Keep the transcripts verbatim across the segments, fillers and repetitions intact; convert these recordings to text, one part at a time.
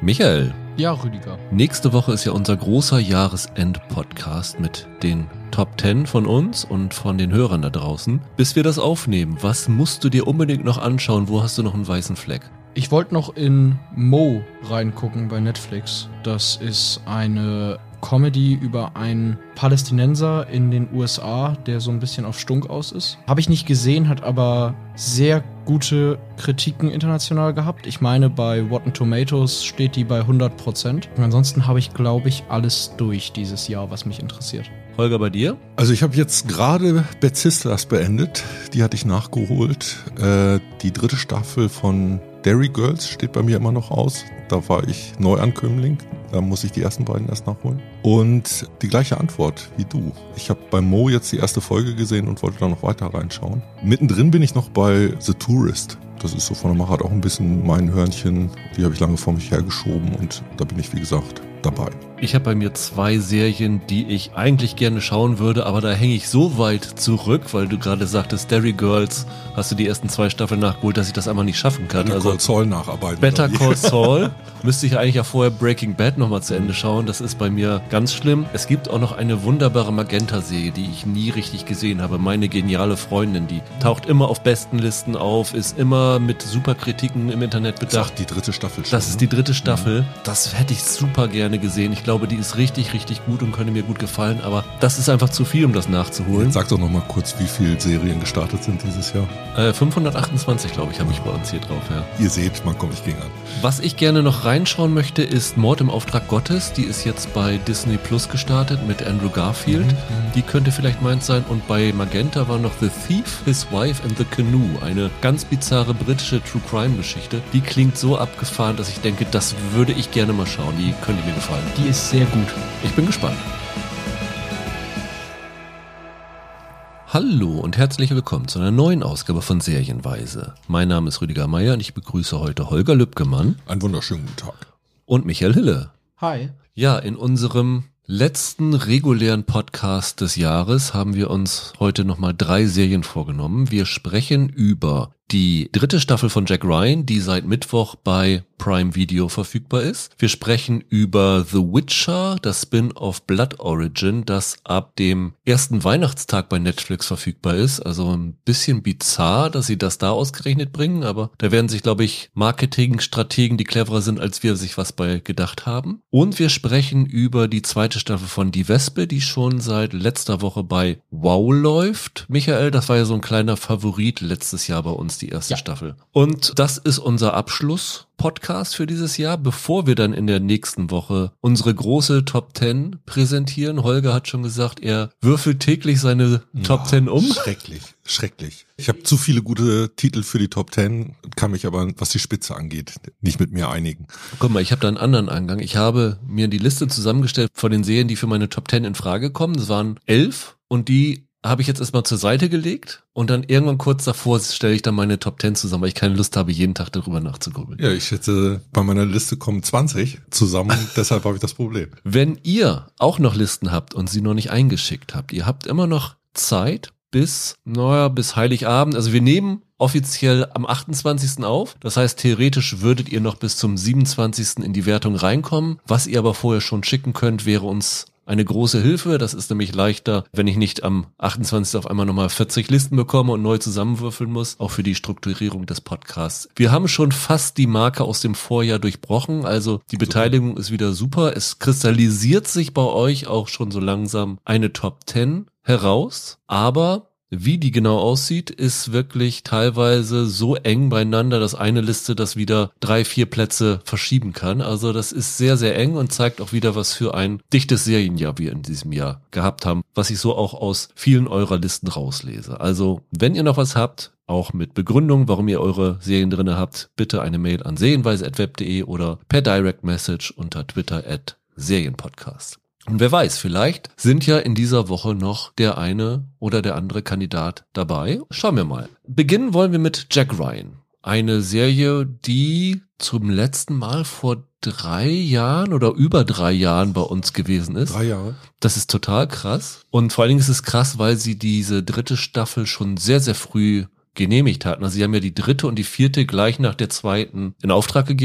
Michael. Ja, Rüdiger. Nächste Woche ist ja unser großer Jahresend-Podcast mit den Top Ten von uns und von den Hörern da draußen. Bis wir das aufnehmen, was musst du dir unbedingt noch anschauen? Wo hast du noch einen weißen Fleck? Ich wollte noch in Mo reingucken bei Netflix. Das ist eine Comedy über einen Palästinenser in den U S A, der so ein bisschen auf Stunk aus ist. Habe ich nicht gesehen, hat aber sehr gute Kritiken international gehabt. Ich meine, bei Rotten Tomatoes steht die bei hundert Prozent. Und ansonsten habe ich, glaube ich, alles durch dieses Jahr, was mich interessiert. Holger, bei dir? Also ich habe jetzt gerade Bad Sisters beendet. Die hatte ich nachgeholt. Äh, die dritte Staffel von Derry Girls steht bei mir immer noch aus. Da war ich Neuankömmling. Da muss ich die ersten beiden erst nachholen. Und die gleiche Antwort wie du. Ich habe bei Mo jetzt die erste Folge gesehen und wollte da noch weiter reinschauen. Mittendrin bin ich noch bei The Tourist. Das ist so von der Machart auch ein bisschen mein Hörnchen. Die habe ich lange vor mich hergeschoben und da bin ich, wie gesagt, dabei. Ich habe bei mir zwei Serien, die ich eigentlich gerne schauen würde, aber da hänge ich so weit zurück, weil du gerade sagtest, Derry Girls, hast du die ersten zwei Staffeln nachgeholt, dass ich das einfach nicht schaffen kann. Better also Call Saul nacharbeiten. Better Call Saul müsste ich eigentlich ja vorher Breaking Bad nochmal zu Ende schauen. Das ist bei mir ganz schlimm. Es gibt auch noch eine wunderbare Magenta-Serie, die ich nie richtig gesehen habe. Meine geniale Freundin, die taucht immer auf Bestenlisten auf, ist immer mit super Kritiken im Internet bedacht. Das ist die dritte Staffel schon. Das ist die dritte Staffel. Mhm. Das hätte ich super gerne gesehen. Ich glaube, die ist richtig, richtig gut und könnte mir gut gefallen, aber das ist einfach zu viel, um das nachzuholen. Jetzt sag doch noch mal kurz, wie viele Serien gestartet sind dieses Jahr. Äh, fünfhundertachtundzwanzig, glaube ich, habe ich bei uns hier drauf, ja. Ihr seht, man kommt nicht gegen an. Was ich gerne noch reinschauen möchte, ist Mord im Auftrag Gottes. Die ist jetzt bei Disney Plus gestartet mit Andrew Garfield. Mhm. Die könnte vielleicht meins sein. Und bei Magenta war noch The Thief, His Wife and the Canoe. Eine ganz bizarre britische True-Crime-Geschichte. Die klingt so abgefahren, dass ich denke, das würde ich gerne mal schauen. Die könnte mir gefallen. Die ist sehr gut. Ich bin gespannt. Hallo und herzlich willkommen zu einer neuen Ausgabe von Serienweise. Mein Name ist Rüdiger Meier und ich begrüße heute Holger Lübgemann. Einen wunderschönen guten Tag. Und Michael Hille. Hi. Ja, in unserem letzten regulären Podcast des Jahres haben wir uns heute nochmal drei Serien vorgenommen. Wir sprechen über die dritte Staffel von Jack Ryan, die seit Mittwoch bei Prime Video verfügbar ist. Wir sprechen über The Witcher, das Spin-off Blood Origin, das ab dem ersten Weihnachtstag bei Netflix verfügbar ist. Also ein bisschen bizarr, dass sie das da ausgerechnet bringen, aber da werden sich, glaube ich, Marketingstrategen, die cleverer sind, als wir, sich was bei gedacht haben. Und wir sprechen über die zweite Staffel von Die Wespe, die schon seit letzter Woche bei Wow läuft. Michael, das war ja so ein kleiner Favorit letztes Jahr bei uns, die erste ja. Staffel. Und das ist unser Abschluss-Podcast für dieses Jahr, bevor wir dann in der nächsten Woche unsere große Top Ten präsentieren. Holger hat schon gesagt, er würfelt täglich seine Top ja, Ten um. Schrecklich, schrecklich. Ich habe zu viele gute Titel für die Top Ten, kann mich aber, was die Spitze angeht, nicht mit mir einigen. Guck mal, ich habe da einen anderen Angang. Ich habe mir die Liste zusammengestellt von den Serien, die für meine Top Ten in Frage kommen. Das waren elf und die habe ich jetzt erstmal zur Seite gelegt und dann irgendwann kurz davor stelle ich dann meine Top Ten zusammen, weil ich keine Lust habe, jeden Tag darüber nachzugrübeln. Ja, ich schätze, bei meiner Liste kommen zwanzig zusammen, deshalb habe ich das Problem. Wenn ihr auch noch Listen habt und sie noch nicht eingeschickt habt, ihr habt immer noch Zeit bis, naja, bis Heiligabend. Also wir nehmen offiziell am achtundzwanzigsten auf. Das heißt, theoretisch würdet ihr noch bis zum siebenundzwanzigsten in die Wertung reinkommen. Was ihr aber vorher schon schicken könnt, wäre uns eine große Hilfe. Das ist nämlich leichter, wenn ich nicht am achtundzwanzigsten auf einmal nochmal vierzig Listen bekomme und neu zusammenwürfeln muss, auch für die Strukturierung des Podcasts. Wir haben schon fast die Marke aus dem Vorjahr durchbrochen, also die Beteiligung super. Ist wieder super. Es kristallisiert sich bei euch auch schon so langsam eine Top Ten heraus, aber wie die genau aussieht, ist wirklich teilweise so eng beieinander, dass eine Liste das wieder drei, vier Plätze verschieben kann. Also das ist sehr, sehr eng und zeigt auch wieder, was für ein dichtes Serienjahr wir in diesem Jahr gehabt haben, was ich so auch aus vielen eurer Listen rauslese. Also wenn ihr noch was habt, auch mit Begründung, warum ihr eure Serien drinne habt, bitte eine Mail an serienweise at web punkt de oder per Direct Message unter Twitter at Serienpodcast. Und wer weiß, vielleicht sind ja in dieser Woche noch der eine oder der andere Kandidat dabei. Schauen wir mal. Beginnen wollen wir mit Jack Ryan. Eine Serie, die zum letzten Mal vor drei Jahren oder über drei Jahren bei uns gewesen ist. Drei Jahre. Das ist total krass. Und vor allen Dingen ist es krass, weil sie diese dritte Staffel schon sehr, sehr früh genehmigt hatten. Also sie haben ja die dritte und die vierte gleich nach der zweiten in Auftrag gegeben.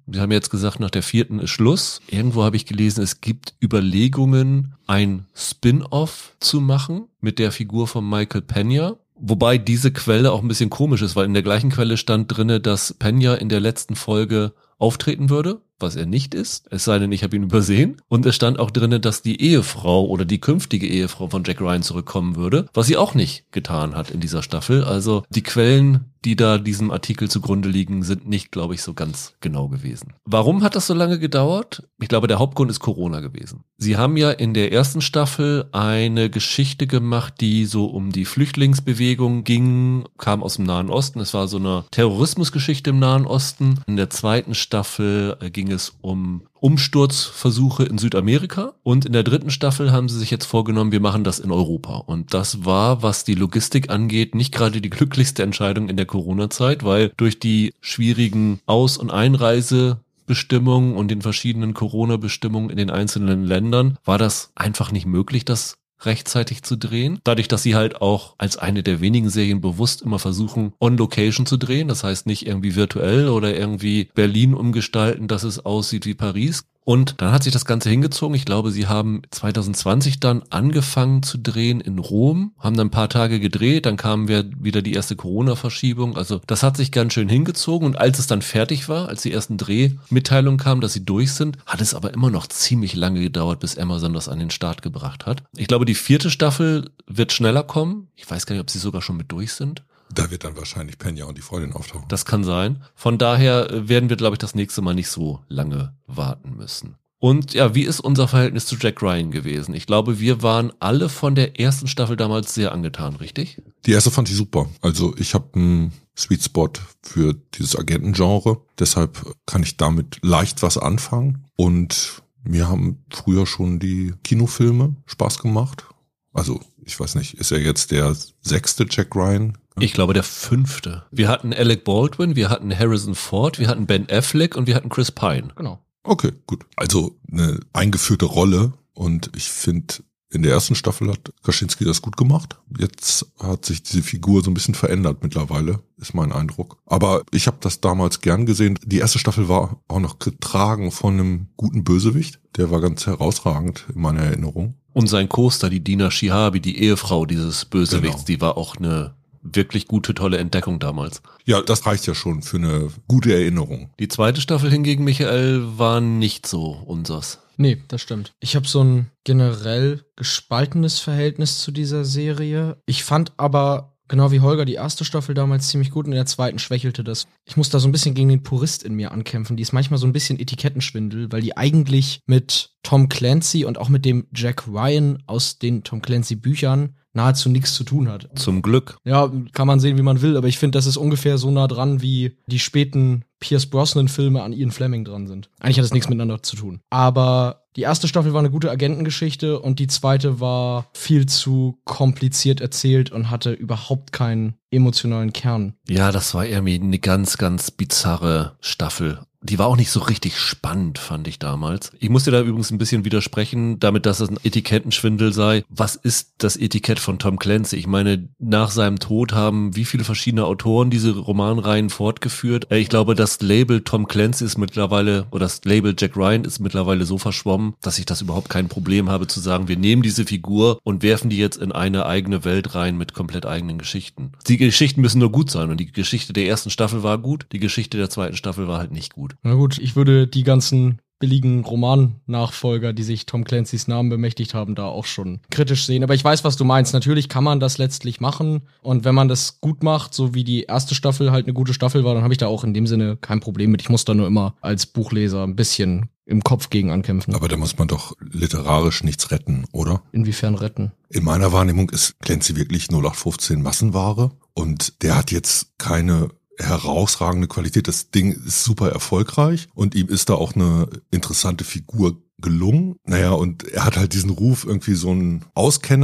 Wir haben jetzt gesagt, nach der vierten ist Schluss. Irgendwo habe ich gelesen, es gibt Überlegungen, ein Spin-off zu machen mit der Figur von Michael Pena. Wobei diese Quelle auch ein bisschen komisch ist, weil in der gleichen Quelle stand drinne, dass Pena in der letzten Folge auftreten würde, was er nicht ist, es sei denn, ich habe ihn übersehen. Und es stand auch drinne, dass die Ehefrau oder die künftige Ehefrau von Jack Ryan zurückkommen würde, was sie auch nicht getan hat in dieser Staffel. Also die Quellen, die da diesem Artikel zugrunde liegen, sind nicht, glaube ich, so ganz genau gewesen. Warum hat das so lange gedauert? Ich glaube, der Hauptgrund ist Corona gewesen. Sie haben ja in der ersten Staffel eine Geschichte gemacht, die so um die Flüchtlingsbewegung ging, kam aus dem Nahen Osten. Es war so eine Terrorismusgeschichte im Nahen Osten. In der zweiten Staffel ging es um Umsturzversuche in Südamerika und in der dritten Staffel haben sie sich jetzt vorgenommen, wir machen das in Europa. Und das war, was die Logistik angeht, nicht gerade die glücklichste Entscheidung in der Corona-Zeit, weil durch die schwierigen Aus- und Einreisebestimmungen und den verschiedenen Corona-Bestimmungen in den einzelnen Ländern war das einfach nicht möglich, das rechtzeitig zu drehen. Dadurch, dass sie halt auch als eine der wenigen Serien bewusst immer versuchen, on Location zu drehen. Das heißt nicht irgendwie virtuell oder irgendwie Berlin umgestalten, dass es aussieht wie Paris. Und dann hat sich das Ganze hingezogen. Ich glaube, sie haben zwanzig zwanzig dann angefangen zu drehen in Rom, haben dann ein paar Tage gedreht, dann kam wieder die erste Corona-Verschiebung. Also das hat sich ganz schön hingezogen. Und als es dann fertig war, als die ersten Drehmitteilungen kamen, dass sie durch sind, hat es aber immer noch ziemlich lange gedauert, bis Amazon das an den Start gebracht hat. Ich glaube, die vierte Staffel wird schneller kommen. Ich weiß gar nicht, ob sie sogar schon mit durch sind. Da wird dann wahrscheinlich Pena und die Freundin auftauchen. Das kann sein. Von daher werden wir, glaube ich, das nächste Mal nicht so lange warten müssen. Und ja, wie ist unser Verhältnis zu Jack Ryan gewesen? Ich glaube, wir waren alle von der ersten Staffel damals sehr angetan, richtig? Die erste fand ich super. Also ich habe einen Sweet Spot für dieses Agentengenre. Deshalb kann ich damit leicht was anfangen. Und mir haben früher schon die Kinofilme Spaß gemacht. Also ich weiß nicht, ist er jetzt der sechste Jack Ryan? Ich glaube, der fünfte. Wir hatten Alec Baldwin, wir hatten Harrison Ford, wir hatten Ben Affleck und wir hatten Chris Pine. Genau. Okay, gut. Also eine eingeführte Rolle und ich finde, in der ersten Staffel hat Kaczynski das gut gemacht. Jetzt hat sich diese Figur so ein bisschen verändert mittlerweile, ist mein Eindruck. Aber ich habe das damals gern gesehen. Die erste Staffel war auch noch getragen von einem guten Bösewicht. Der war ganz herausragend in meiner Erinnerung. Und sein Co-Star, die Dina Shihabi, die Ehefrau dieses Bösewichts, genau. Die war auch eine wirklich gute, tolle Entdeckung damals. Ja, das reicht ja schon für eine gute Erinnerung. Die zweite Staffel hingegen, Michael, war nicht so unsers. Nee, das stimmt. Ich habe so ein generell gespaltenes Verhältnis zu dieser Serie. Ich fand aber, genau wie Holger, die erste Staffel damals ziemlich gut und in der zweiten schwächelte das. Ich muss da so ein bisschen gegen den Purist in mir ankämpfen. Die ist manchmal so ein bisschen Etikettenschwindel, weil die eigentlich mit Tom Clancy und auch mit dem Jack Ryan aus den Tom Clancy Büchern nahezu nichts zu tun hat. Zum Glück. Ja, kann man sehen, wie man will, aber ich finde, das ist ungefähr so nah dran, wie die späten Pierce Brosnan-Filme an Ian Fleming dran sind. Eigentlich hat das nichts miteinander zu tun. Aber die erste Staffel war eine gute Agentengeschichte und die zweite war viel zu kompliziert erzählt und hatte überhaupt keinen emotionalen Kern. Ja, das war irgendwie eine ganz, ganz bizarre Staffel. Die war auch nicht so richtig spannend, fand ich damals. Ich muss dir da übrigens ein bisschen widersprechen, damit, dass das ein Etikettenschwindel sei. Was ist das Etikett von Tom Clancy? Ich meine, nach seinem Tod haben wie viele verschiedene Autoren diese Romanreihen fortgeführt. Ich glaube, das Label Tom Clancy ist mittlerweile, oder das Label Jack Ryan ist mittlerweile so verschwommen, dass ich das überhaupt kein Problem habe zu sagen, wir nehmen diese Figur und werfen die jetzt in eine eigene Welt rein mit komplett eigenen Geschichten. Die Geschichten müssen nur gut sein und die Geschichte der ersten Staffel war gut, die Geschichte der zweiten Staffel war halt nicht gut. Na gut, ich würde die ganzen billigen Roman-Nachfolger, die sich Tom Clancy's Namen bemächtigt haben, da auch schon kritisch sehen. Aber ich weiß, was du meinst. Natürlich kann man das letztlich machen. Und wenn man das gut macht, so wie die erste Staffel halt eine gute Staffel war, dann habe ich da auch in dem Sinne kein Problem mit. Ich muss da nur immer als Buchleser ein bisschen im Kopf gegen ankämpfen. Aber da muss man doch literarisch nichts retten, oder? Inwiefern retten? In meiner Wahrnehmung ist Clancy wirklich null acht fünfzehn Massenware. Und der hat jetzt keine herausragende Qualität. Das Ding ist super erfolgreich und ihm ist da auch eine interessante Figur gelungen. Naja, und er hat halt diesen Ruf, irgendwie so ein Auskenner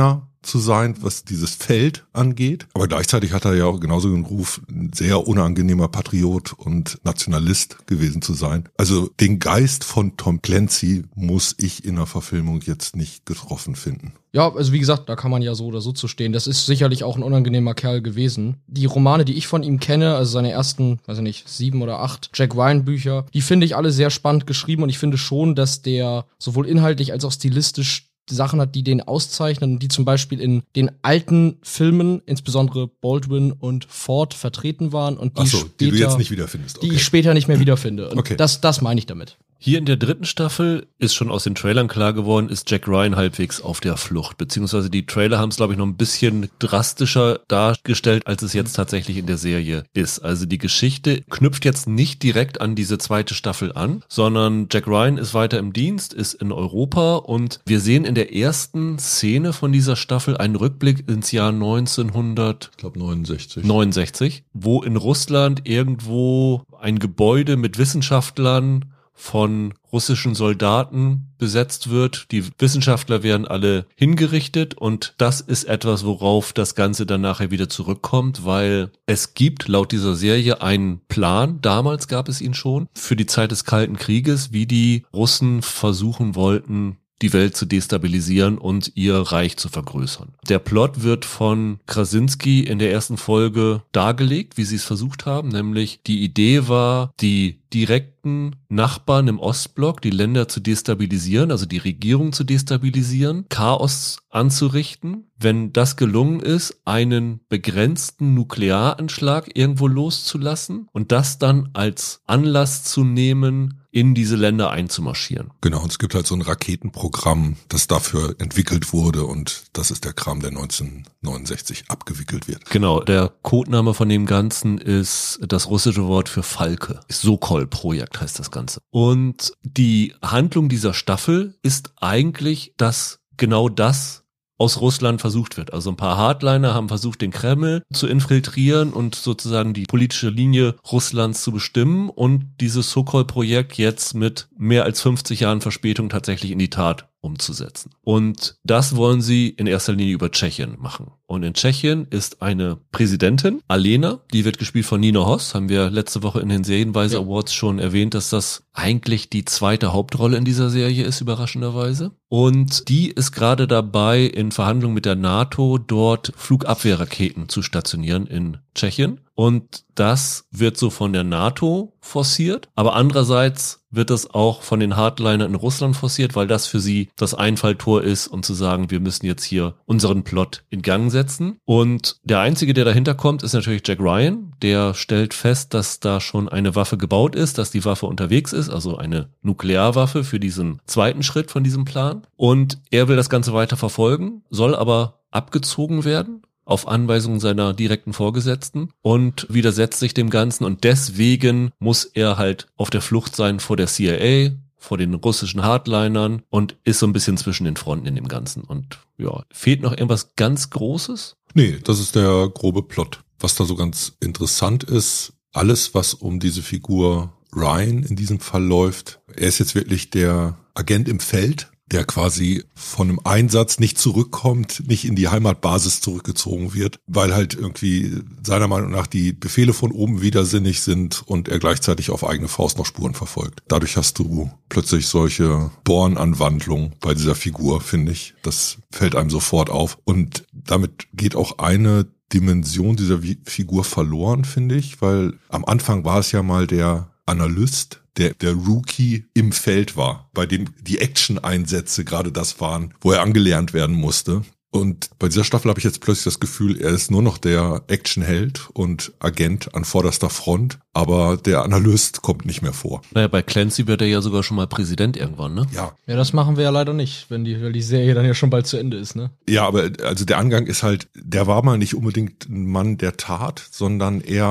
zu sein, was dieses Feld angeht. Aber gleichzeitig hat er ja auch genauso den Ruf, ein sehr unangenehmer Patriot und Nationalist gewesen zu sein. Also den Geist von Tom Clancy muss ich in der Verfilmung jetzt nicht getroffen finden. Ja, also wie gesagt, da kann man ja so oder so zu stehen. Das ist sicherlich auch ein unangenehmer Kerl gewesen. Die Romane, die ich von ihm kenne, also seine ersten, weiß ich nicht, sieben oder acht Jack Ryan Bücher, die finde ich alle sehr spannend geschrieben und ich finde schon, dass der sowohl inhaltlich als auch stilistisch Sachen hat, die den auszeichnen und die zum Beispiel in den alten Filmen, insbesondere Baldwin und Ford, vertreten waren und die Ach so, später, die du jetzt nicht wiederfindest. Okay. Die ich später nicht mehr wiederfinde. Und okay. das, das meine ich damit. Hier in der dritten Staffel ist schon aus den Trailern klar geworden, ist Jack Ryan halbwegs auf der Flucht. Beziehungsweise die Trailer haben es, glaube ich, noch ein bisschen drastischer dargestellt, als es jetzt tatsächlich in der Serie ist. Also die Geschichte knüpft jetzt nicht direkt an diese zweite Staffel an, sondern Jack Ryan ist weiter im Dienst, ist in Europa und wir sehen in der ersten Szene von dieser Staffel einen Rückblick ins Jahr neunzehnhundert Ich glaube neunundsechzig. neunundsechzig, wo in Russland irgendwo ein Gebäude mit Wissenschaftlern von russischen Soldaten besetzt wird. Die Wissenschaftler werden alle hingerichtet und das ist etwas, worauf das Ganze dann nachher wieder zurückkommt, weil es gibt laut dieser Serie einen Plan, damals gab es ihn schon, für die Zeit des Kalten Krieges, wie die Russen versuchen wollten, die Welt zu destabilisieren und ihr Reich zu vergrößern. Der Plot wird von Krasinski in der ersten Folge dargelegt, wie sie es versucht haben, nämlich die Idee war, die direkten Nachbarn im Ostblock, die Länder zu destabilisieren, also die Regierung zu destabilisieren, Chaos anzurichten. Wenn das gelungen ist, einen begrenzten Nuklearanschlag irgendwo loszulassen und das dann als Anlass zu nehmen, in diese Länder einzumarschieren. Genau, und es gibt halt so ein Raketenprogramm, das dafür entwickelt wurde und das ist der Kram, der neunzehnhundertneunundsechzig abgewickelt wird. Genau, der Codename von dem Ganzen ist das russische Wort für Falke. Sokol-Projekt heißt das Ganze. Und die Handlung dieser Staffel ist eigentlich, dass genau das aus Russland versucht wird. Also ein paar Hardliner haben versucht, den Kreml zu infiltrieren und sozusagen die politische Linie Russlands zu bestimmen und dieses Sokol-Projekt jetzt mit mehr als fünfzig Jahren Verspätung tatsächlich in die Tat umzusetzen. Und das wollen sie in erster Linie über Tschechien machen. Und in Tschechien ist eine Präsidentin, Alena, die wird gespielt von Nina Hoss, haben wir letzte Woche in den Serienweise ja. Awards schon erwähnt, dass das eigentlich die zweite Hauptrolle in dieser Serie ist, überraschenderweise. Und die ist gerade dabei, in Verhandlungen mit der NATO dort Flugabwehrraketen zu stationieren in Tschechien. Und das wird so von der NATO forciert, aber andererseits wird das auch von den Hardlinern in Russland forciert, weil das für sie das Einfalltor ist, um zu sagen, wir müssen jetzt hier unseren Plot in Gang setzen. Und der Einzige, der dahinter kommt, ist natürlich Jack Ryan. Der stellt fest, dass da schon eine Waffe gebaut ist, dass die Waffe unterwegs ist, also eine Nuklearwaffe für diesen zweiten Schritt von diesem Plan. Und er will das Ganze weiter verfolgen, soll aber abgezogen werden auf Anweisung seiner direkten Vorgesetzten und widersetzt sich dem Ganzen und deswegen muss er halt auf der Flucht sein vor der C I A, vor den russischen Hardlinern und ist so ein bisschen zwischen den Fronten in dem Ganzen. Und ja, fehlt noch irgendwas ganz Großes? Nee, das ist der grobe Plot. Was da so ganz interessant ist, alles, was um diese Figur Ryan in diesem Fall läuft, er ist jetzt wirklich der Agent im Feld, der quasi von einem Einsatz nicht zurückkommt, nicht in die Heimatbasis zurückgezogen wird, weil halt irgendwie seiner Meinung nach die Befehle von oben widersinnig sind und er gleichzeitig auf eigene Faust noch Spuren verfolgt. Dadurch hast du plötzlich solche Born-Anwandlungen bei dieser Figur, finde ich. Das fällt einem sofort auf. Und damit geht auch eine Dimension dieser Figur verloren, finde ich, weil am Anfang war es ja mal der Analyst, der der Rookie im Feld war, bei dem die Action-Einsätze gerade das waren, wo er angelernt werden musste. Und bei dieser Staffel habe ich jetzt plötzlich das Gefühl, er ist nur noch der Actionheld und Agent an vorderster Front, aber der Analyst kommt nicht mehr vor. Naja, bei Clancy wird er ja sogar schon mal Präsident irgendwann, ne? Ja. Ja, das machen wir ja leider nicht, wenn die, weil die Serie dann ja schon bald zu Ende ist, ne? Ja, aber also der Angang ist halt, der war mal nicht unbedingt ein Mann der Tat, sondern eher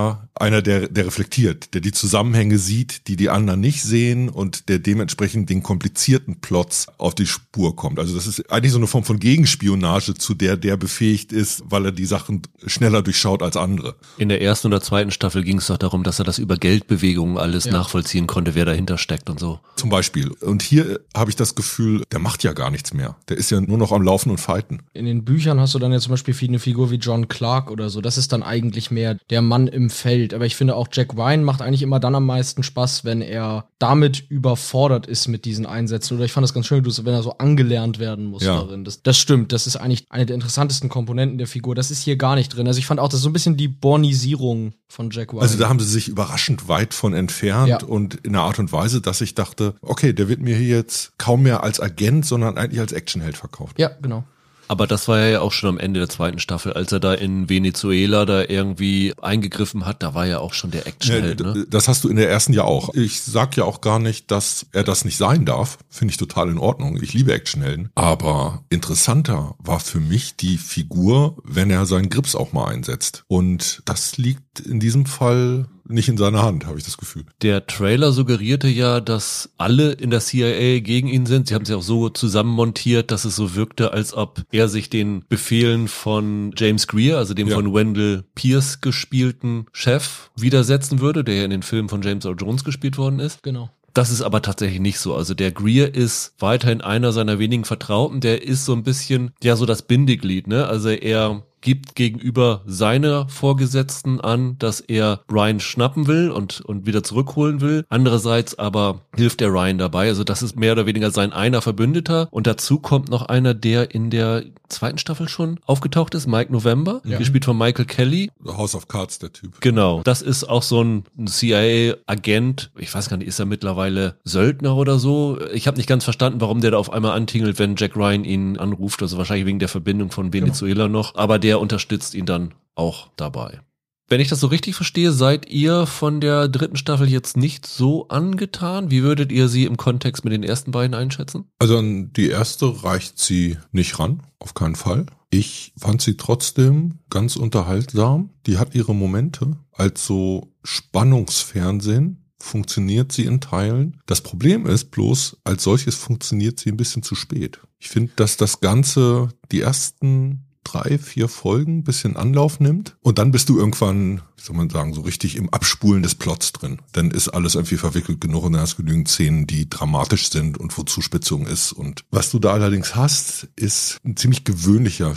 einer, der, der reflektiert, der die Zusammenhänge sieht, die die anderen nicht sehen und der dementsprechend den komplizierten Plots auf die Spur kommt. Also das ist eigentlich so eine Form von Gegenspionage, zu der der befähigt ist, weil er die Sachen schneller durchschaut als andere. In der ersten oder zweiten Staffel ging es doch darum, dass er das über Geldbewegungen alles Ja. nachvollziehen konnte, wer dahinter steckt und so. Zum Beispiel. Und hier habe ich das Gefühl, der macht ja gar nichts mehr. Der ist ja nur noch am Laufen und Fighten. In den Büchern hast du dann ja zum Beispiel eine Figur wie John Clark oder so. Das ist dann eigentlich mehr der Mann im Feld. Aber ich finde auch Jack Ryan macht eigentlich immer dann am meisten Spaß, wenn er damit überfordert ist mit diesen Einsätzen. Oder ich fand das ganz schön, wenn er so angelernt werden muss Ja. darin. Das, das stimmt. Das ist eigentlich eine der interessantesten Komponenten der Figur. Das ist hier gar nicht drin. Also ich fand auch, das ist so ein bisschen die Bornisierung von Jack Ryan. Also da haben sie sich überraschend weit von entfernt Ja. und in einer Art und Weise, dass ich dachte, okay, der wird mir hier jetzt kaum mehr als Agent, sondern eigentlich als Actionheld verkauft. ja, genau. Aber das war ja auch schon am Ende der zweiten Staffel, als er da in Venezuela da irgendwie eingegriffen hat, da war ja auch schon der Actionheld, Ja, ne? Das hast du in der ersten ja auch. Ich sag ja auch gar nicht, dass er das nicht sein darf. Finde ich total in Ordnung. Ich liebe Actionhelden. Aber interessanter war für mich die Figur, wenn er seinen Grips auch mal einsetzt. Und das liegt in diesem Fall nicht in seiner Hand, habe ich das Gefühl. Der Trailer suggerierte ja, dass alle in der C I A gegen ihn sind. Sie haben es ja auch so zusammenmontiert, dass es so wirkte, als ob er sich den Befehlen von James Greer, also dem Ja. von Wendell Pierce gespielten Chef, widersetzen würde, der ja in den Filmen von James Earl Jones gespielt worden ist. Genau. Das ist aber tatsächlich nicht so. Also der Greer ist weiterhin einer seiner wenigen Vertrauten. Der ist so ein bisschen, ja, so das Bindeglied, ne? Also er gibt gegenüber seiner Vorgesetzten an, dass er Ryan schnappen will und, und wieder zurückholen will. Andererseits aber hilft der Ryan dabei. Also das ist mehr oder weniger sein einer Verbündeter. Und dazu kommt noch einer, der in der zweiten Staffel schon aufgetaucht ist, Mike November, Ja. gespielt von Michael Kelly. House of Cards, der Typ. Genau, das ist auch so ein C I A-Agent. Ich weiß gar nicht, ist er mittlerweile Söldner oder so? Ich habe nicht ganz verstanden, warum der da auf einmal antingelt, wenn Jack Ryan ihn anruft. Also wahrscheinlich wegen der Verbindung von Venezuela noch. Aber der unterstützt ihn dann auch dabei. Wenn ich das so richtig verstehe, seid ihr von der dritten Staffel jetzt nicht so angetan? Wie würdet ihr sie im Kontext mit den ersten beiden einschätzen? Also an die erste reicht sie nicht ran, auf keinen Fall. Ich fand sie trotzdem ganz unterhaltsam. Die hat ihre Momente. Als so Spannungsfernsehen funktioniert sie in Teilen. Das Problem ist bloß, als solches funktioniert sie ein bisschen zu spät. Ich finde, dass das Ganze die ersten drei, vier Folgen ein bisschen Anlauf nimmt und dann bist du irgendwann, wie soll man sagen, so richtig im Abspulen des Plots drin. Dann ist alles irgendwie verwickelt genug und dann hast du genügend Szenen, die dramatisch sind und wo Zuspitzung ist. Und was du da allerdings hast, ist ein ziemlich gewöhnlicher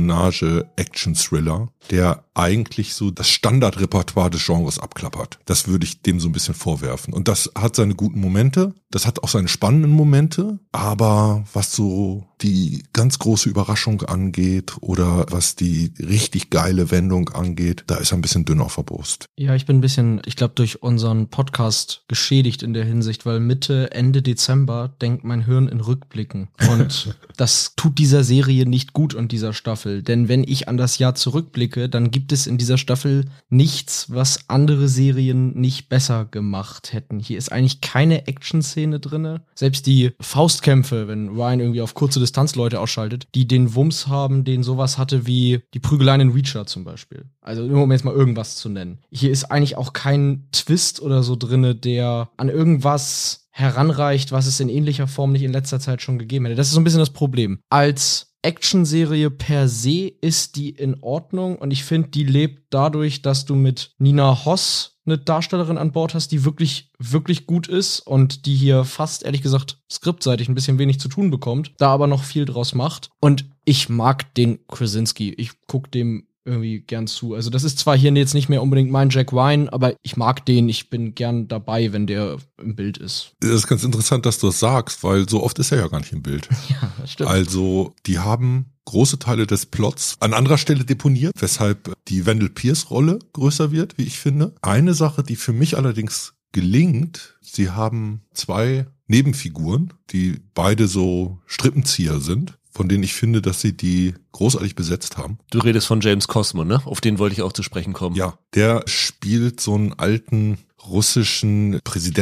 Spionage-Action-Thriller, der eigentlich so das Standardrepertoire des Genres abklappert. Das würde ich dem so ein bisschen vorwerfen. Und das hat seine guten Momente, das hat auch seine spannenden Momente, aber was so die ganz große Überraschung angeht oder was die richtig geile Wendung angeht, da ist er ein bisschen dünn auf der Brust. Ja, ich bin ein bisschen, ich glaube, durch unseren Podcast geschädigt in der Hinsicht, weil Mitte, Ende Dezember denkt mein Hirn in Rückblicken. Und das tut dieser Serie nicht gut und dieser Staffel. Denn wenn ich an das Jahr zurückblicke, dann gibt es in dieser Staffel nichts, was andere Serien nicht besser gemacht hätten. Hier ist eigentlich keine Action-Szene drinne. Selbst die Faustkämpfe, wenn Ryan irgendwie auf kurze Distanz Leute ausschaltet, die den Wumms haben, den sowas hatte wie die Prügeleien in Reacher zum Beispiel. Also nur um jetzt mal irgendwas zu nennen. Hier ist eigentlich auch kein Twist oder so drinne, der an irgendwas heranreicht, was es in ähnlicher Form nicht in letzter Zeit schon gegeben hätte. Das ist so ein bisschen das Problem. Als Actionserie per se ist die in Ordnung und ich finde, die lebt dadurch, dass du mit Nina Hoss eine Darstellerin an Bord hast, die wirklich, wirklich gut ist und die hier fast, ehrlich gesagt, skriptseitig ein bisschen wenig zu tun bekommt, da aber noch viel draus macht. Und ich mag den Krasinski. Ich guck dem irgendwie gern zu. Also das ist zwar hier jetzt nicht mehr unbedingt mein Jack Ryan, aber ich mag den, ich bin gern dabei, wenn der im Bild ist. Das ist ganz interessant, dass du das sagst, weil so oft ist er ja gar nicht im Bild. Ja, das stimmt. Also die haben große Teile des Plots an anderer Stelle deponiert, weshalb die Wendell Pierce-Rolle größer wird, wie ich finde. Eine Sache, die für mich allerdings gelingt, sie haben zwei Nebenfiguren, die beide so Strippenzieher sind, von denen ich finde, dass sie die großartig besetzt haben. Du redest von James Cosmo, ne? Auf den wollte ich auch zu sprechen kommen. Ja, der spielt so einen alten russischen Präsidenten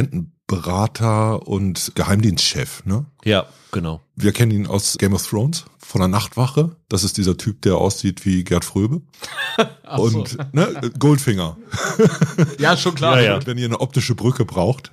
Berater und Geheimdienstchef, ne? Ja, genau. Wir kennen ihn aus Game of Thrones, von der Nachtwache. Das ist dieser Typ, der aussieht wie Gerd Fröbe. Ach so. Und ne, Goldfinger. Ja, schon klar. Ja, ja. Wenn ihr eine optische Brücke braucht,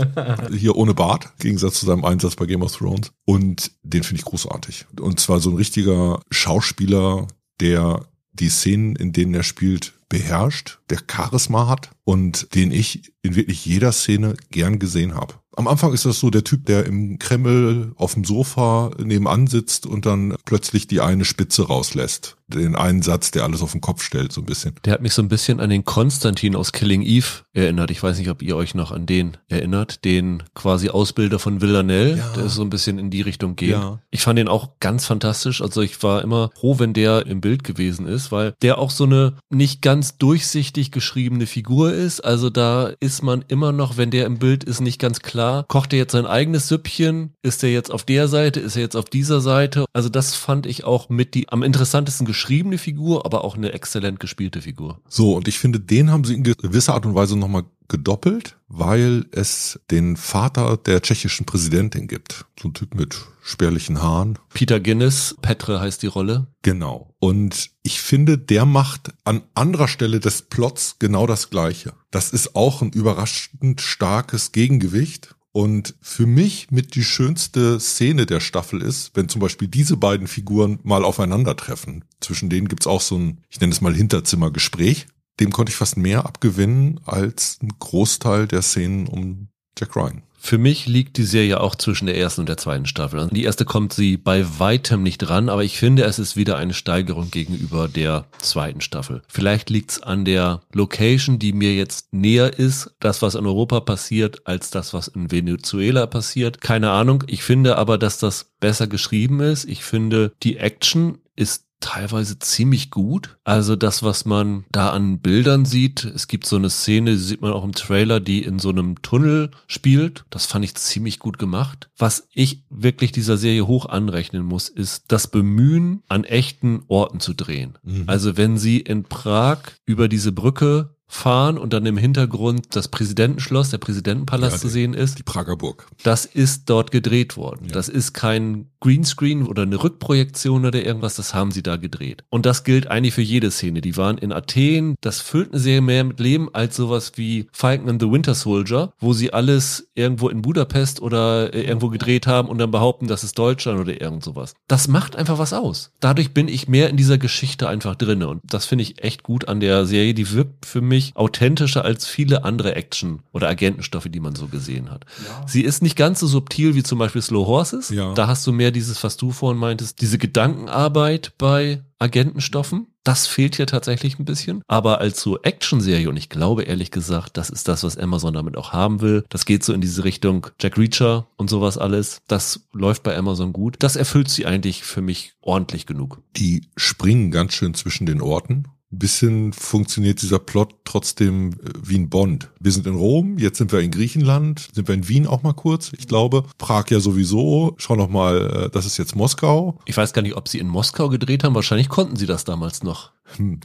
hier ohne Bart, im Gegensatz zu seinem Einsatz bei Game of Thrones. Und den finde ich großartig. Und zwar so ein richtiger Schauspieler, der die Szenen, in denen er spielt, beherrscht, der Charisma hat und den ich in wirklich jeder Szene gern gesehen habe. Am Anfang ist das so der Typ, der im Kreml auf dem Sofa nebenan sitzt und dann plötzlich die eine Spitze rauslässt. Den einen Satz, der alles auf den Kopf stellt, so ein bisschen. Der hat mich so ein bisschen an den Konstantin aus Killing Eve erinnert. Ich weiß nicht, ob ihr euch noch an den erinnert. Den quasi Ausbilder von Villanelle, Ja. der so ein bisschen in die Richtung geht. Ja. Ich fand den auch ganz fantastisch. Also ich war immer froh, wenn der im Bild gewesen ist, weil der auch so eine nicht ganz durchsichtig geschriebene Figur ist. Also da ist man immer noch, wenn der im Bild ist, nicht ganz klar. Kocht er jetzt sein eigenes Süppchen? Ist er jetzt auf der Seite? Ist er jetzt auf dieser Seite? Also das fand ich auch mit die am interessantesten geschriebene Figur, aber auch eine exzellent gespielte Figur. So, und ich finde, den haben sie in gewisser Art und Weise nochmal gedoppelt, weil es den Vater der tschechischen Präsidentin gibt. So ein Typ mit spärlichen Haaren. Peter Guinness, Petre heißt die Rolle. Genau. Und ich finde, der macht an anderer Stelle des Plots genau das Gleiche. Das ist auch ein überraschend starkes Gegengewicht. Und für mich mit die schönste Szene der Staffel ist, wenn zum Beispiel diese beiden Figuren mal aufeinandertreffen. Zwischen denen gibt's auch so ein, ich nenne es mal Hinterzimmergespräch. Dem konnte ich fast mehr abgewinnen als ein Großteil der Szenen um Jack Ryan. Für mich liegt die Serie auch zwischen der ersten und der zweiten Staffel. Die erste kommt sie bei weitem nicht ran, aber ich finde, es ist wieder eine Steigerung gegenüber der zweiten Staffel. Vielleicht liegt's an der Location, die mir jetzt näher ist, das, was in Europa passiert, als das, was in Venezuela passiert. Keine Ahnung. Ich finde aber, dass das besser geschrieben ist. Ich finde, die Action ist teilweise ziemlich gut. Also das, was man da an Bildern sieht, es gibt so eine Szene, die sieht man auch im Trailer, die in so einem Tunnel spielt. Das fand ich ziemlich gut gemacht. Was ich wirklich dieser Serie hoch anrechnen muss, ist das Bemühen, an echten Orten zu drehen. Mhm. Also wenn sie in Prag über diese Brücke fahren und dann im Hintergrund das Präsidentenschloss, der Präsidentenpalast Ja, zu die- sehen ist, Die Prager Burg. das ist dort gedreht worden. Ja. Das ist kein Greenscreen oder eine Rückprojektion oder irgendwas, das haben sie da gedreht. Und das gilt eigentlich für jede Szene. Die waren in Athen, das füllt eine Serie mehr mit Leben als sowas wie Falcon and the Winter Soldier, wo sie alles irgendwo in Budapest oder äh, irgendwo gedreht haben und dann behaupten, das ist Deutschland oder irgend sowas. Das macht einfach was aus. Dadurch bin ich mehr in dieser Geschichte einfach drinne und das finde ich echt gut an der Serie. Die wirkt für mich authentischer als viele andere Action- oder Agentenstoffe, die man so gesehen hat. Ja. Sie ist nicht ganz so subtil wie zum Beispiel Slow Horses. Ja. Da hast du mehr dieses, was du vorhin meintest, diese Gedankenarbeit bei Agentenstoffen. Das fehlt hier tatsächlich ein bisschen. Aber als so Action-Serie, und ich glaube ehrlich gesagt, das ist das, was Amazon damit auch haben will. Das geht so in diese Richtung Jack Reacher und sowas alles. Das läuft bei Amazon gut. Das erfüllt sie eigentlich für mich ordentlich genug. Die springen ganz schön zwischen den Orten. Ein bisschen funktioniert dieser Plot trotzdem wie ein Bond. Wir sind in Rom, jetzt sind wir in Griechenland, sind wir in Wien auch mal kurz, ich glaube. Prag ja sowieso. Schau noch mal, das ist jetzt Moskau. Ich weiß gar nicht, ob sie in Moskau gedreht haben. Wahrscheinlich konnten sie das damals noch. Hm.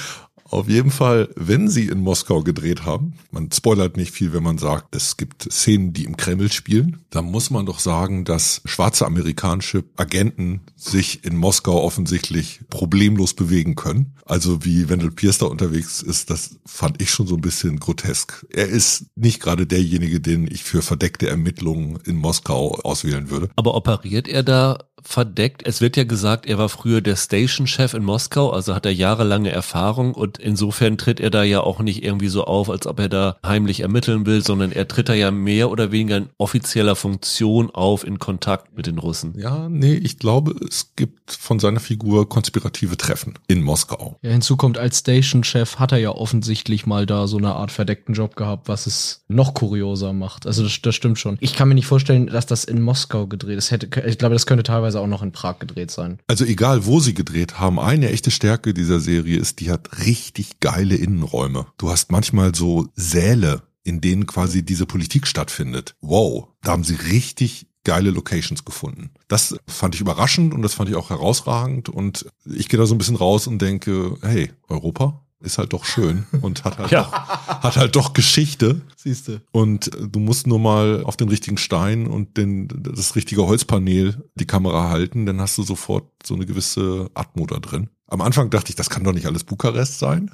Auf jeden Fall, wenn sie in Moskau gedreht haben, man spoilert nicht viel, wenn man sagt, es gibt Szenen, die im Kreml spielen, dann muss man doch sagen, dass schwarze amerikanische Agenten sich in Moskau offensichtlich problemlos bewegen können. Also wie Wendell Pierce da unterwegs ist, das fand ich schon so ein bisschen grotesk. Er ist nicht gerade derjenige, den ich für verdeckte Ermittlungen in Moskau auswählen würde. Aber operiert er da verdeckt? Es wird ja gesagt, er war früher der Station-Chef in Moskau, also hat er jahrelange Erfahrung und insofern tritt er da ja auch nicht irgendwie so auf, als ob er da heimlich ermitteln will, sondern er tritt da ja mehr oder weniger in offizieller Funktion auf, in Kontakt mit den Russen. Ja, nee, ich glaube, es gibt von seiner Figur konspirative Treffen in Moskau. Ja, hinzu kommt, als Station-Chef hat er ja offensichtlich mal da so eine Art verdeckten Job gehabt, was es noch kurioser macht. Also das, das stimmt schon. Ich kann mir nicht vorstellen, dass das in Moskau gedreht ist. Hätte, ich glaube, das könnte teilweise auch noch in Prag gedreht sein. Also egal, wo sie gedreht haben, eine echte Stärke dieser Serie ist, die hat richtig geile Innenräume. Du hast manchmal so Säle, in denen quasi diese Politik stattfindet. Wow, da haben sie richtig geile Locations gefunden. Das fand ich überraschend und das fand ich auch herausragend und ich gehe da so ein bisschen raus und denke, hey, Europa? ist halt doch schön und hat halt, Ja. doch, hat halt doch Geschichte. Siehste. Und du musst nur mal auf den richtigen Stein und den, das richtige Holzpanel die Kamera halten, dann hast du sofort so eine gewisse Atmo da drin. Am Anfang dachte ich, das kann doch nicht alles Bukarest sein.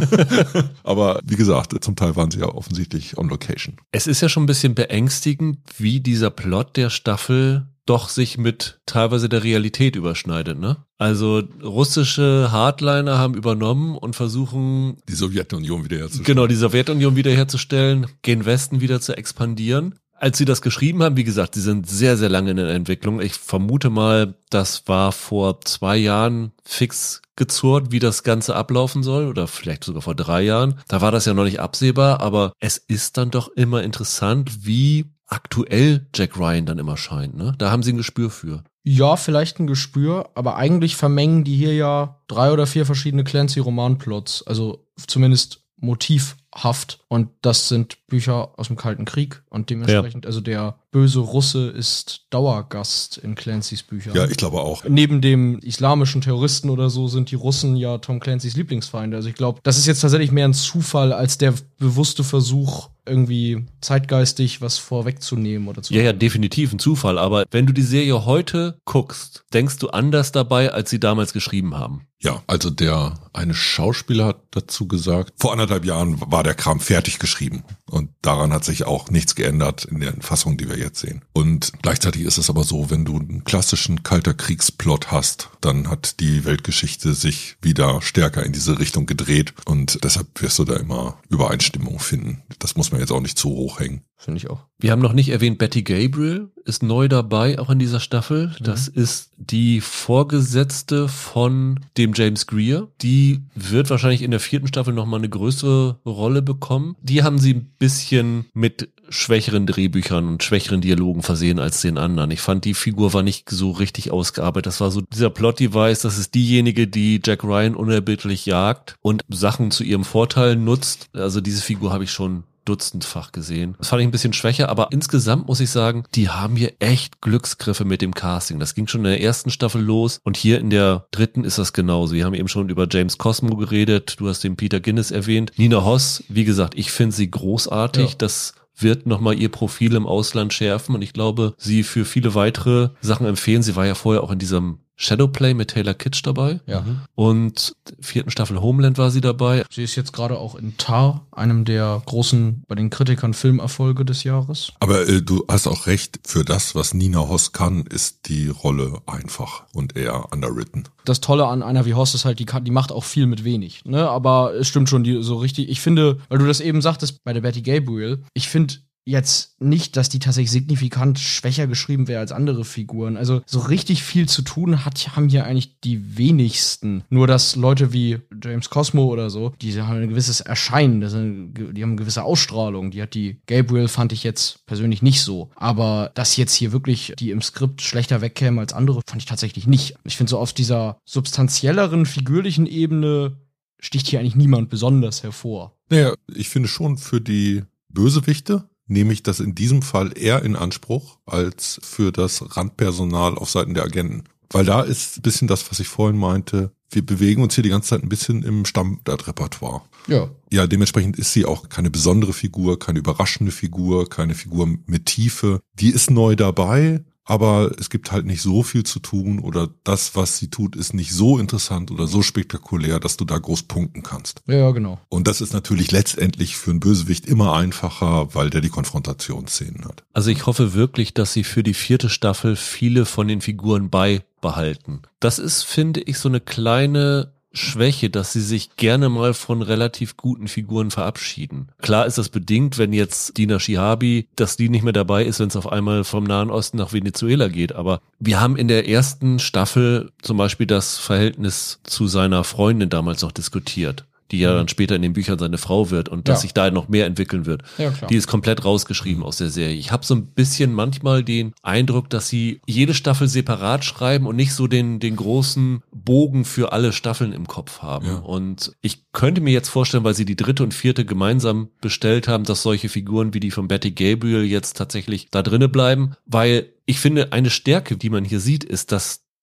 Aber wie gesagt, zum Teil waren sie ja offensichtlich on location. Es ist ja schon ein bisschen beängstigend, wie dieser Plot der Staffel doch sich mit teilweise der Realität überschneidet, ne? Also russische Hardliner haben übernommen und versuchen, Die Sowjetunion wiederherzustellen. genau, die Sowjetunion wiederherzustellen, gen Westen wieder zu expandieren. Als sie das geschrieben haben, wie gesagt, sie sind sehr, sehr lange in der Entwicklung. Ich vermute mal, das war vor zwei Jahren fix gezurrt, wie das Ganze ablaufen soll, oder vielleicht sogar vor drei Jahren. Da war das ja noch nicht absehbar, aber es ist dann doch immer interessant, wie aktuell Jack Ryan dann immer scheint, ne? Da haben sie ein Gespür für. Ja, vielleicht ein Gespür, aber eigentlich vermengen die hier ja drei oder vier verschiedene Clancy-Romanplots, also zumindest motivhaft. Und das sind Bücher aus dem Kalten Krieg und dementsprechend, also der böse Russe ist Dauergast in Clancy's Büchern. Ja, ich glaube auch. Neben dem islamischen Terroristen oder so sind die Russen ja Tom Clancy's Lieblingsfeinde. Also ich glaube, das ist jetzt tatsächlich mehr ein Zufall als der bewusste Versuch, irgendwie zeitgeistig was vorwegzunehmen oder zu. Ja, ja, definitiv ein Zufall. Aber wenn du die Serie heute guckst, denkst du anders dabei, als sie damals geschrieben haben. Ja, also der eine Schauspieler hat dazu gesagt, vor anderthalb Jahren war der Kram fertig geschrieben. Und daran hat sich auch nichts geändert in der Fassung, die wir jetzt sehen. Und gleichzeitig ist es aber so, wenn du einen klassischen Kalter Kriegsplot hast, dann hat die Weltgeschichte sich wieder stärker in diese Richtung gedreht. Und deshalb wirst du da immer Übereinstimmung finden. Das muss man jetzt auch nicht zu hoch hängen. Finde ich auch. Wir haben noch nicht erwähnt, Betty Gabriel ist neu dabei, auch in dieser Staffel. Das mhm. ist die Vorgesetzte von dem James Greer. Die wird wahrscheinlich in der vierten Staffel nochmal eine größere Rolle bekommen. Die haben sie ein bisschen mit schwächeren Drehbüchern und schwächeren Dialogen versehen als den anderen. Ich fand, die Figur war nicht so richtig ausgearbeitet. Das war so dieser Plot-Device, das ist diejenige, die Jack Ryan unerbittlich jagt und Sachen zu ihrem Vorteil nutzt. Also diese Figur habe ich schon dutzendfach gesehen. Das fand ich ein bisschen schwächer, aber insgesamt muss ich sagen, die haben hier echt Glücksgriffe mit dem Casting. Das ging schon in der ersten Staffel los und hier in der dritten ist das genauso. Wir haben eben schon über James Cosmo geredet, du hast den Peter Guinness erwähnt. Nina Hoss, wie gesagt, ich finde sie großartig. Ja. Das wird nochmal ihr Profil im Ausland schärfen und ich glaube, sie für viele weitere Sachen empfehlen. Sie war ja vorher auch in diesem Shadowplay mit Taylor Kitsch dabei. Ja. Und vierten Staffel Homeland war sie dabei. Sie ist jetzt gerade auch in Tar, einem der großen, bei den Kritikern, Filmerfolge des Jahres. Aber äh, du hast auch recht, für das, was Nina Hoss kann, ist die Rolle einfach und eher underwritten. Das Tolle an einer wie Hoss ist halt, die kann, die macht auch viel mit wenig. Ne? Aber es stimmt schon, die so richtig. Ich finde, weil du das eben sagtest bei der Betty Gabriel, ich finde jetzt nicht, dass die tatsächlich signifikant schwächer geschrieben wäre als andere Figuren. Also so richtig viel zu tun hat, haben hier eigentlich die wenigsten. Nur dass Leute wie James Cosmo oder so, die haben ein gewisses Erscheinen, das sind, die haben eine gewisse Ausstrahlung. Die hat die Gabriel, fand ich jetzt persönlich nicht so. Aber dass jetzt hier wirklich die im Skript schlechter wegkämen als andere, fand ich tatsächlich nicht. Ich finde so auf dieser substanzielleren, figürlichen Ebene sticht hier eigentlich niemand besonders hervor. Naja, ich finde schon für die Bösewichte nehme ich das in diesem Fall eher in Anspruch als für das Randpersonal auf Seiten der Agenten. Weil da ist ein bisschen das, was ich vorhin meinte, wir bewegen uns hier die ganze Zeit ein bisschen im Standardrepertoire. Ja. Ja, dementsprechend ist sie auch keine besondere Figur, keine überraschende Figur, keine Figur mit Tiefe. Die ist neu dabei, aber es gibt halt nicht so viel zu tun oder das, was sie tut, ist nicht so interessant oder so spektakulär, dass du da groß punkten kannst. Ja, genau. Und das ist natürlich letztendlich für einen Bösewicht immer einfacher, weil der die Konfrontationsszenen hat. Also ich hoffe wirklich, dass sie für die vierte Staffel viele von den Figuren beibehalten. Das ist, finde ich, so eine kleine Schwäche, dass sie sich gerne mal von relativ guten Figuren verabschieden. Klar ist das bedingt, wenn jetzt Dina Shihabi, dass die nicht mehr dabei ist, wenn es auf einmal vom Nahen Osten nach Venezuela geht. Aber wir haben in der ersten Staffel zum Beispiel das Verhältnis zu seiner Freundin damals noch diskutiert, die ja dann später in den Büchern seine Frau wird und dass Ja. sich da noch mehr entwickeln wird. Ja, klar. Die ist komplett rausgeschrieben aus der Serie. Ich habe so ein bisschen manchmal den Eindruck, dass sie jede Staffel separat schreiben und nicht so den den großen Bogen für alle Staffeln im Kopf haben. Ja. Und ich könnte mir jetzt vorstellen, weil sie die dritte und vierte gemeinsam bestellt haben, dass solche Figuren wie die von Betty Gabriel jetzt tatsächlich da drinne bleiben, weil ich finde, eine Stärke, die man hier sieht, ist, dass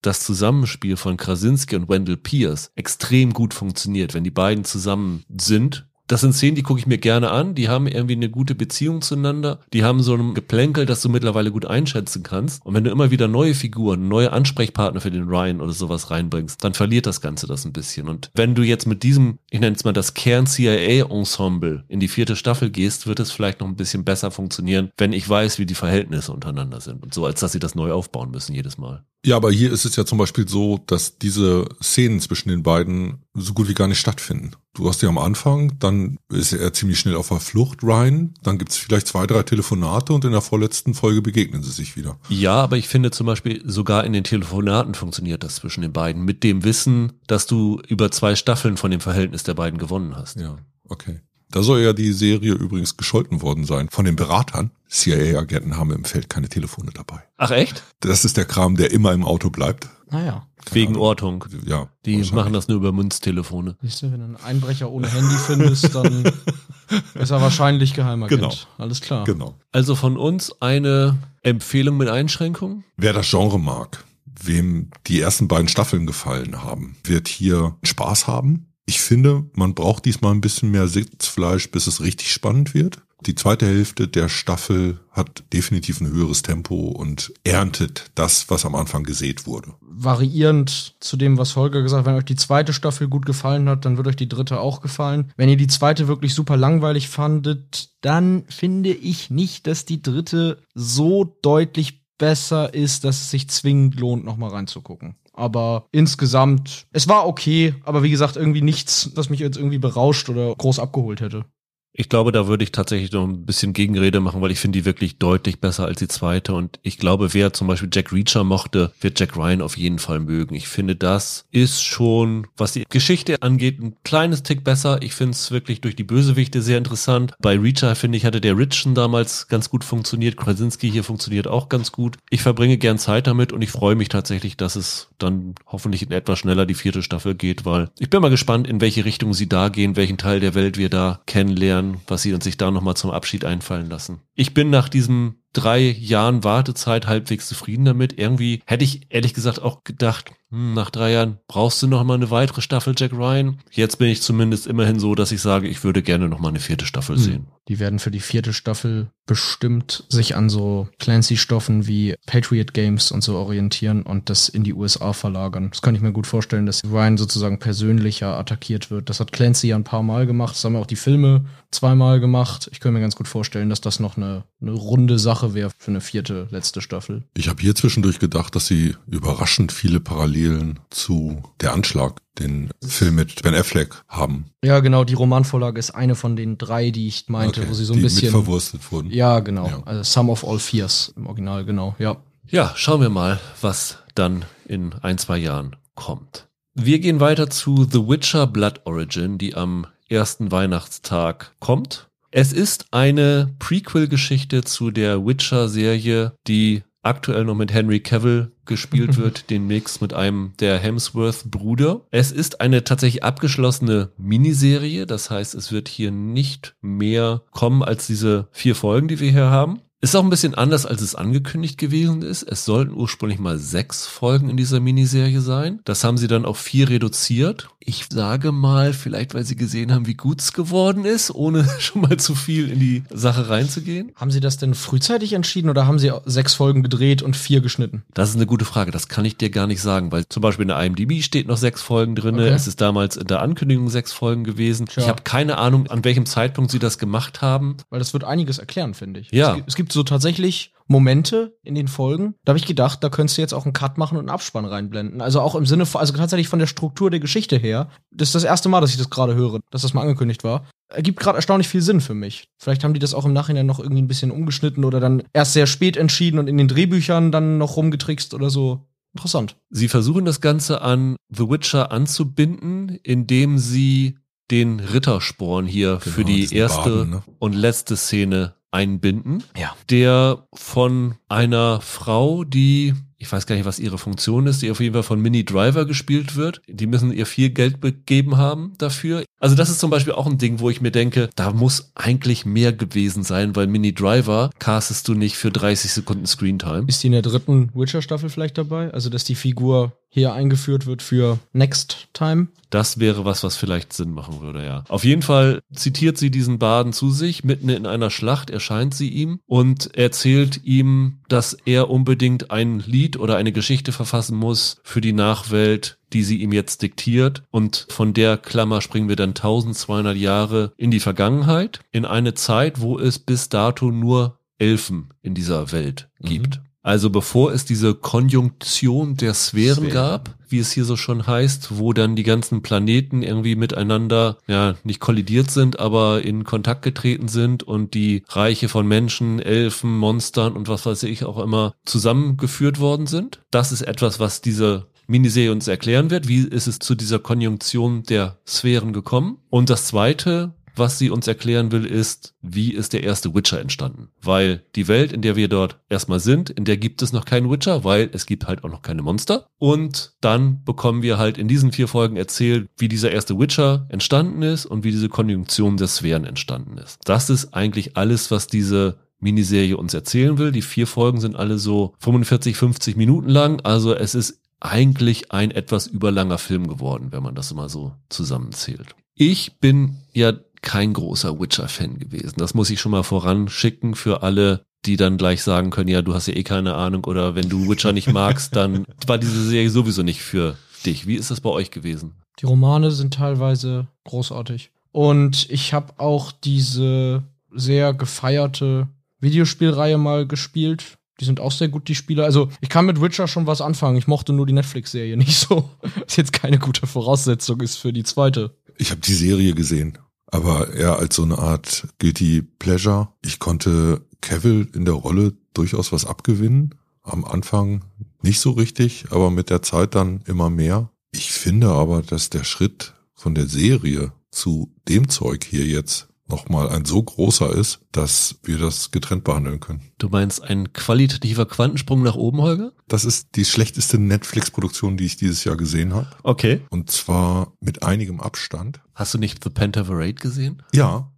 das Zusammenspiel von Krasinski und Wendell Pierce extrem gut funktioniert, wenn die beiden zusammen sind. Das sind Szenen, die gucke ich mir gerne an. Die haben irgendwie eine gute Beziehung zueinander. Die haben so ein Geplänkel, das du mittlerweile gut einschätzen kannst. Und wenn du immer wieder neue Figuren, neue Ansprechpartner für den Ryan oder sowas reinbringst, dann verliert das Ganze das ein bisschen. Und wenn du jetzt mit diesem, ich nenne es mal das Kern-C I A-Ensemble in die vierte Staffel gehst, wird es vielleicht noch ein bisschen besser funktionieren, wenn ich weiß, wie die Verhältnisse untereinander sind. Und so, als dass sie das neu aufbauen müssen jedes Mal. Ja, aber hier ist es ja zum Beispiel so, dass diese Szenen zwischen den beiden so gut wie gar nicht stattfinden. Du hast ja am Anfang, dann ist er ziemlich schnell auf der Flucht, Ryan, dann gibt's vielleicht zwei, drei Telefonate und in der vorletzten Folge begegnen sie sich wieder. Ja, aber ich finde zum Beispiel, sogar in den Telefonaten funktioniert das zwischen den beiden, mit dem Wissen, dass du über zwei Staffeln von dem Verhältnis der beiden gewonnen hast. Ja, okay. Da soll ja die Serie übrigens gescholten worden sein von den Beratern. C I A-Agenten haben im Feld keine Telefone dabei. Ach echt? Das ist der Kram, der immer im Auto bleibt. Naja. Wegen Ahnung. Ortung. Ja. Die machen das nur über Münztelefone. Siehst du, wenn du einen Einbrecher ohne Handy findest, dann ist er wahrscheinlich Geheimagent. Genau. Alles klar. Genau. Also von uns eine Empfehlung mit Einschränkungen? Wer das Genre mag, wem die ersten beiden Staffeln gefallen haben, wird hier Spaß haben. Ich finde, man braucht diesmal ein bisschen mehr Sitzfleisch, bis es richtig spannend wird. Die zweite Hälfte der Staffel hat definitiv ein höheres Tempo und erntet das, was am Anfang gesät wurde. Variierend zu dem, was Holger gesagt hat, wenn euch die zweite Staffel gut gefallen hat, dann wird euch die dritte auch gefallen. Wenn ihr die zweite wirklich super langweilig fandet, dann finde ich nicht, dass die dritte so deutlich besser ist, dass es sich zwingend lohnt, nochmal reinzugucken. Aber insgesamt, es war okay, aber wie gesagt, irgendwie nichts, was mich jetzt irgendwie berauscht oder groß abgeholt hätte. Ich glaube, da würde ich tatsächlich noch ein bisschen Gegenrede machen, weil ich finde die wirklich deutlich besser als die zweite. Und ich glaube, wer zum Beispiel Jack Reacher mochte, wird Jack Ryan auf jeden Fall mögen. Ich finde, das ist schon, was die Geschichte angeht, ein kleines Tick besser. Ich finde es wirklich durch die Bösewichte sehr interessant. Bei Reacher, finde ich, hatte der Ritchson damals ganz gut funktioniert. Krasinski hier funktioniert auch ganz gut. Ich verbringe gern Zeit damit und ich freue mich tatsächlich, dass es dann hoffentlich in etwas schneller die vierte Staffel geht, weil ich bin mal gespannt, in welche Richtung sie da gehen, welchen Teil der Welt wir da kennenlernen, was sie uns sich da nochmal zum Abschied einfallen lassen. Ich bin nach diesem drei Jahren Wartezeit halbwegs zufrieden damit. Irgendwie hätte ich ehrlich gesagt auch gedacht, hm, nach drei Jahren brauchst du noch mal eine weitere Staffel Jack Ryan. Jetzt bin ich zumindest immerhin so, dass ich sage, ich würde gerne noch mal eine vierte Staffel sehen. Die werden für die vierte Staffel bestimmt sich an so Clancy-Stoffen wie Patriot Games und so orientieren und das in die U S A verlagern. Das kann ich mir gut vorstellen, dass Ryan sozusagen persönlicher attackiert wird. Das hat Clancy ja ein paar Mal gemacht. Das haben ja auch die Filme zweimal gemacht. Ich könnte mir ganz gut vorstellen, dass das noch eine, eine runde Sache wäre für eine vierte, letzte Staffel. Ich habe hier zwischendurch gedacht, dass sie überraschend viele Parallelen zu Der Anschlag, den Film mit Ben Affleck, haben. Ja, genau, die Romanvorlage ist eine von den drei, die ich meinte, Okay, wo sie so ein die bisschen mit verwurstet wurden. Ja, genau. Ja. Also Sum of All Fears im Original, genau, ja. Ja, schauen wir mal, was dann in ein, zwei Jahren kommt. Wir gehen weiter zu The Witcher Blood Origin, die am ersten Weihnachtstag kommt. Es ist eine Prequel-Geschichte zu der Witcher-Serie, die aktuell noch mit Henry Cavill gespielt wird, demnächst mit einem der Hemsworth-Brüder. Es ist eine tatsächlich abgeschlossene Miniserie, das heißt, es wird hier nicht mehr kommen als diese vier Folgen, die wir hier haben. Ist auch ein bisschen anders, als es angekündigt gewesen ist. Es sollten ursprünglich mal sechs Folgen in dieser Miniserie sein. Das haben sie dann auf vier reduziert. Ich sage mal, vielleicht weil sie gesehen haben, wie gut es geworden ist, ohne schon mal zu viel in die Sache reinzugehen. Haben Sie das denn frühzeitig entschieden oder haben Sie sechs Folgen gedreht und vier geschnitten? Das ist eine gute Frage. Das kann ich dir gar nicht sagen, weil zum Beispiel in der I M D B steht noch sechs Folgen drin. Okay. Es ist damals in der Ankündigung sechs Folgen gewesen. Tja. Ich habe keine Ahnung, an welchem Zeitpunkt sie das gemacht haben. Weil das wird einiges erklären, finde ich. Ja. Es, gibt- es gibt so tatsächlich Momente in den Folgen, da habe ich gedacht, da könntest du jetzt auch einen Cut machen und einen Abspann reinblenden. Also auch im Sinne von, also tatsächlich von der Struktur der Geschichte her. Das ist das erste Mal, dass ich das gerade höre, dass das mal angekündigt war. Ergibt gerade erstaunlich viel Sinn für mich. Vielleicht haben die das auch im Nachhinein noch irgendwie ein bisschen umgeschnitten oder dann erst sehr spät entschieden und in den Drehbüchern dann noch rumgetrickst oder so. Interessant. Sie versuchen das Ganze an The Witcher anzubinden, indem sie den Rittersporn hier Genau, für die diesen erste Baden, ne? und letzte Szene einbinden. Ja. Der von einer Frau, die, ich weiß gar nicht, was ihre Funktion ist, die auf jeden Fall von Minnie Driver gespielt wird. Die müssen ihr viel Geld gegeben haben dafür. Also das ist zum Beispiel auch ein Ding, wo ich mir denke, da muss eigentlich mehr gewesen sein, weil Mini Driver castest du nicht für dreißig Sekunden Screentime. Ist die in der dritten Witcher-Staffel vielleicht dabei? Also, dass die Figur hier eingeführt wird für Next Time? Das wäre was, was vielleicht Sinn machen würde, ja. Auf jeden Fall zitiert sie diesen Barden zu sich, mitten in einer Schlacht erscheint sie ihm und erzählt ihm, dass er unbedingt ein Lied oder eine Geschichte verfassen muss für die Nachwelt, die sie ihm jetzt diktiert. Und von der Klammer springen wir dann eintausendzweihundert Jahre in die Vergangenheit, in eine Zeit, wo es bis dato nur Elfen in dieser Welt gibt. Mhm. Also bevor es diese Konjunktion der Sphären Sphären. gab, wie es hier so schon heißt, wo dann die ganzen Planeten irgendwie miteinander, ja, nicht kollidiert sind, aber in Kontakt getreten sind und die Reiche von Menschen, Elfen, Monstern und was weiß ich auch immer zusammengeführt worden sind. Das ist etwas, was diese Miniserie uns erklären wird. Wie ist es zu dieser Konjunktion der Sphären gekommen? Und das Zweite, was sie uns erklären will, ist, wie ist der erste Witcher entstanden? Weil die Welt, in der wir dort erstmal sind, in der gibt es noch keinen Witcher, weil es gibt halt auch noch keine Monster. Und dann bekommen wir halt in diesen vier Folgen erzählt, wie dieser erste Witcher entstanden ist und wie diese Konjunktion der Sphären entstanden ist. Das ist eigentlich alles, was diese Miniserie uns erzählen will. Die vier Folgen sind alle so fünfundvierzig, fünfzig Minuten lang. Also es ist eigentlich ein etwas überlanger Film geworden, wenn man das immer so zusammenzählt. Ich bin ja kein großer Witcher-Fan gewesen. Das muss ich schon mal voranschicken für alle, die dann gleich sagen können, ja, du hast ja eh keine Ahnung oder wenn du Witcher nicht magst, dann war diese Serie sowieso nicht für dich. Wie ist das bei euch gewesen? Die Romane sind teilweise großartig. Und ich habe auch diese sehr gefeierte Videospielreihe mal gespielt. Die sind auch sehr gut, die Spiele. Also ich kann mit Witcher schon was anfangen. Ich mochte nur die Netflix-Serie nicht so. Was jetzt keine gute Voraussetzung ist für die zweite. Ich habe die Serie gesehen, aber eher als so eine Art Guilty Pleasure. Ich konnte Cavill in der Rolle durchaus was abgewinnen. Am Anfang nicht so richtig, aber mit der Zeit dann immer mehr. Ich finde aber, dass der Schritt von der Serie zu dem Zeug hier jetzt nochmal ein so großer ist, dass wir das getrennt behandeln können. Du meinst ein qualitativer Quantensprung nach oben, Holger? Das ist die schlechteste Netflix-Produktion, die ich dieses Jahr gesehen habe. Okay. Und zwar mit einigem Abstand. Hast du nicht The Pentaverate gesehen? Ja.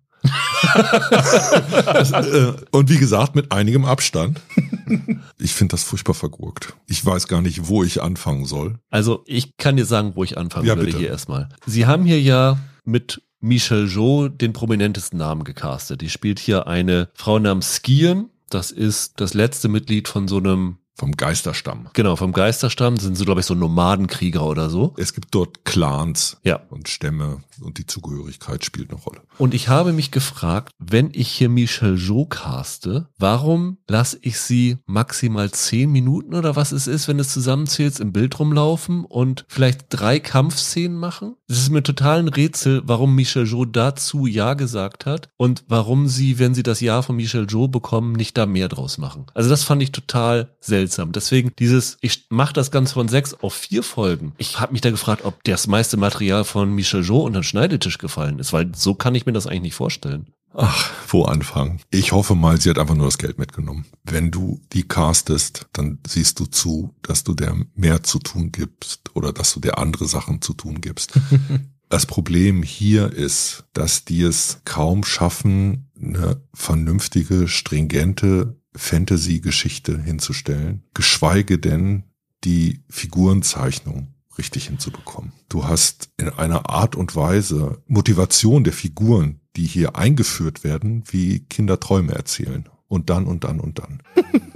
Und wie gesagt, mit einigem Abstand. Ich finde das furchtbar vergurkt. Ich weiß gar nicht, wo ich anfangen soll. Also ich kann dir sagen, wo ich anfangen ja, würde bitte. Hier erstmal. Sie haben hier ja mit Michelle Yeoh den prominentesten Namen gecastet. Die spielt hier eine Frau namens Skian. Das ist das letzte Mitglied von so einem... Vom Geisterstamm. Genau, vom Geisterstamm sind so, glaube ich, so Nomadenkrieger oder so. Es gibt dort Clans ja. und Stämme und die Zugehörigkeit spielt eine Rolle. Und ich habe mich gefragt, wenn ich hier Michelle Yeoh caste, warum lasse ich sie maximal zehn Minuten oder was es ist, wenn es zusammenzählt, im Bild rumlaufen und vielleicht drei Kampfszenen machen? Das ist mir total ein Rätsel, warum Michelle Yeoh dazu Ja gesagt hat und warum sie, wenn sie das Ja von Michelle Yeoh bekommen, nicht da mehr draus machen. Also das fand ich total seltsam. Deswegen dieses, ich mache das Ganze von sechs auf vier Folgen. Ich habe mich da gefragt, ob das meiste Material von Michelle Yeoh unter den Schneidetisch gefallen ist, weil so kann ich mir das eigentlich nicht vorstellen. Ach, wo anfangen? Ich hoffe mal, sie hat einfach nur das Geld mitgenommen. Wenn du die castest, dann siehst du zu, dass du der mehr zu tun gibst oder dass du der andere Sachen zu tun gibst. Das Problem hier ist, dass die es kaum schaffen, eine vernünftige, stringente Fantasy-Geschichte hinzustellen, geschweige denn die Figurenzeichnung richtig hinzubekommen. Du hast in einer Art und Weise Motivation der Figuren, die hier eingeführt werden, wie Kinder Träume erzählen. Und dann und dann und dann.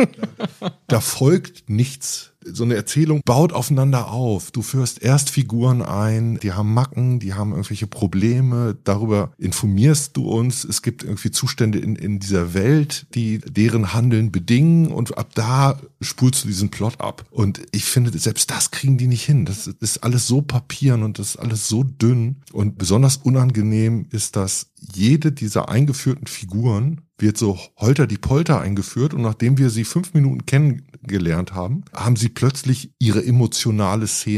Da folgt nichts. So eine Erzählung baut aufeinander auf. Du führst erst Figuren ein, die haben Macken, die haben irgendwelche Probleme. Darüber informierst du uns. Es gibt irgendwie Zustände in, in dieser Welt, die deren Handeln bedingen. Und ab da spulst du diesen Plot ab. Und ich finde, selbst das kriegen die nicht hin. Das ist alles so papieren und das ist alles so dünn. Und besonders unangenehm ist, dass jede dieser eingeführten Figuren wird so holter die Polter eingeführt und nachdem wir sie fünf Minuten kennengelernt haben, haben sie plötzlich ihre emotionale Szene.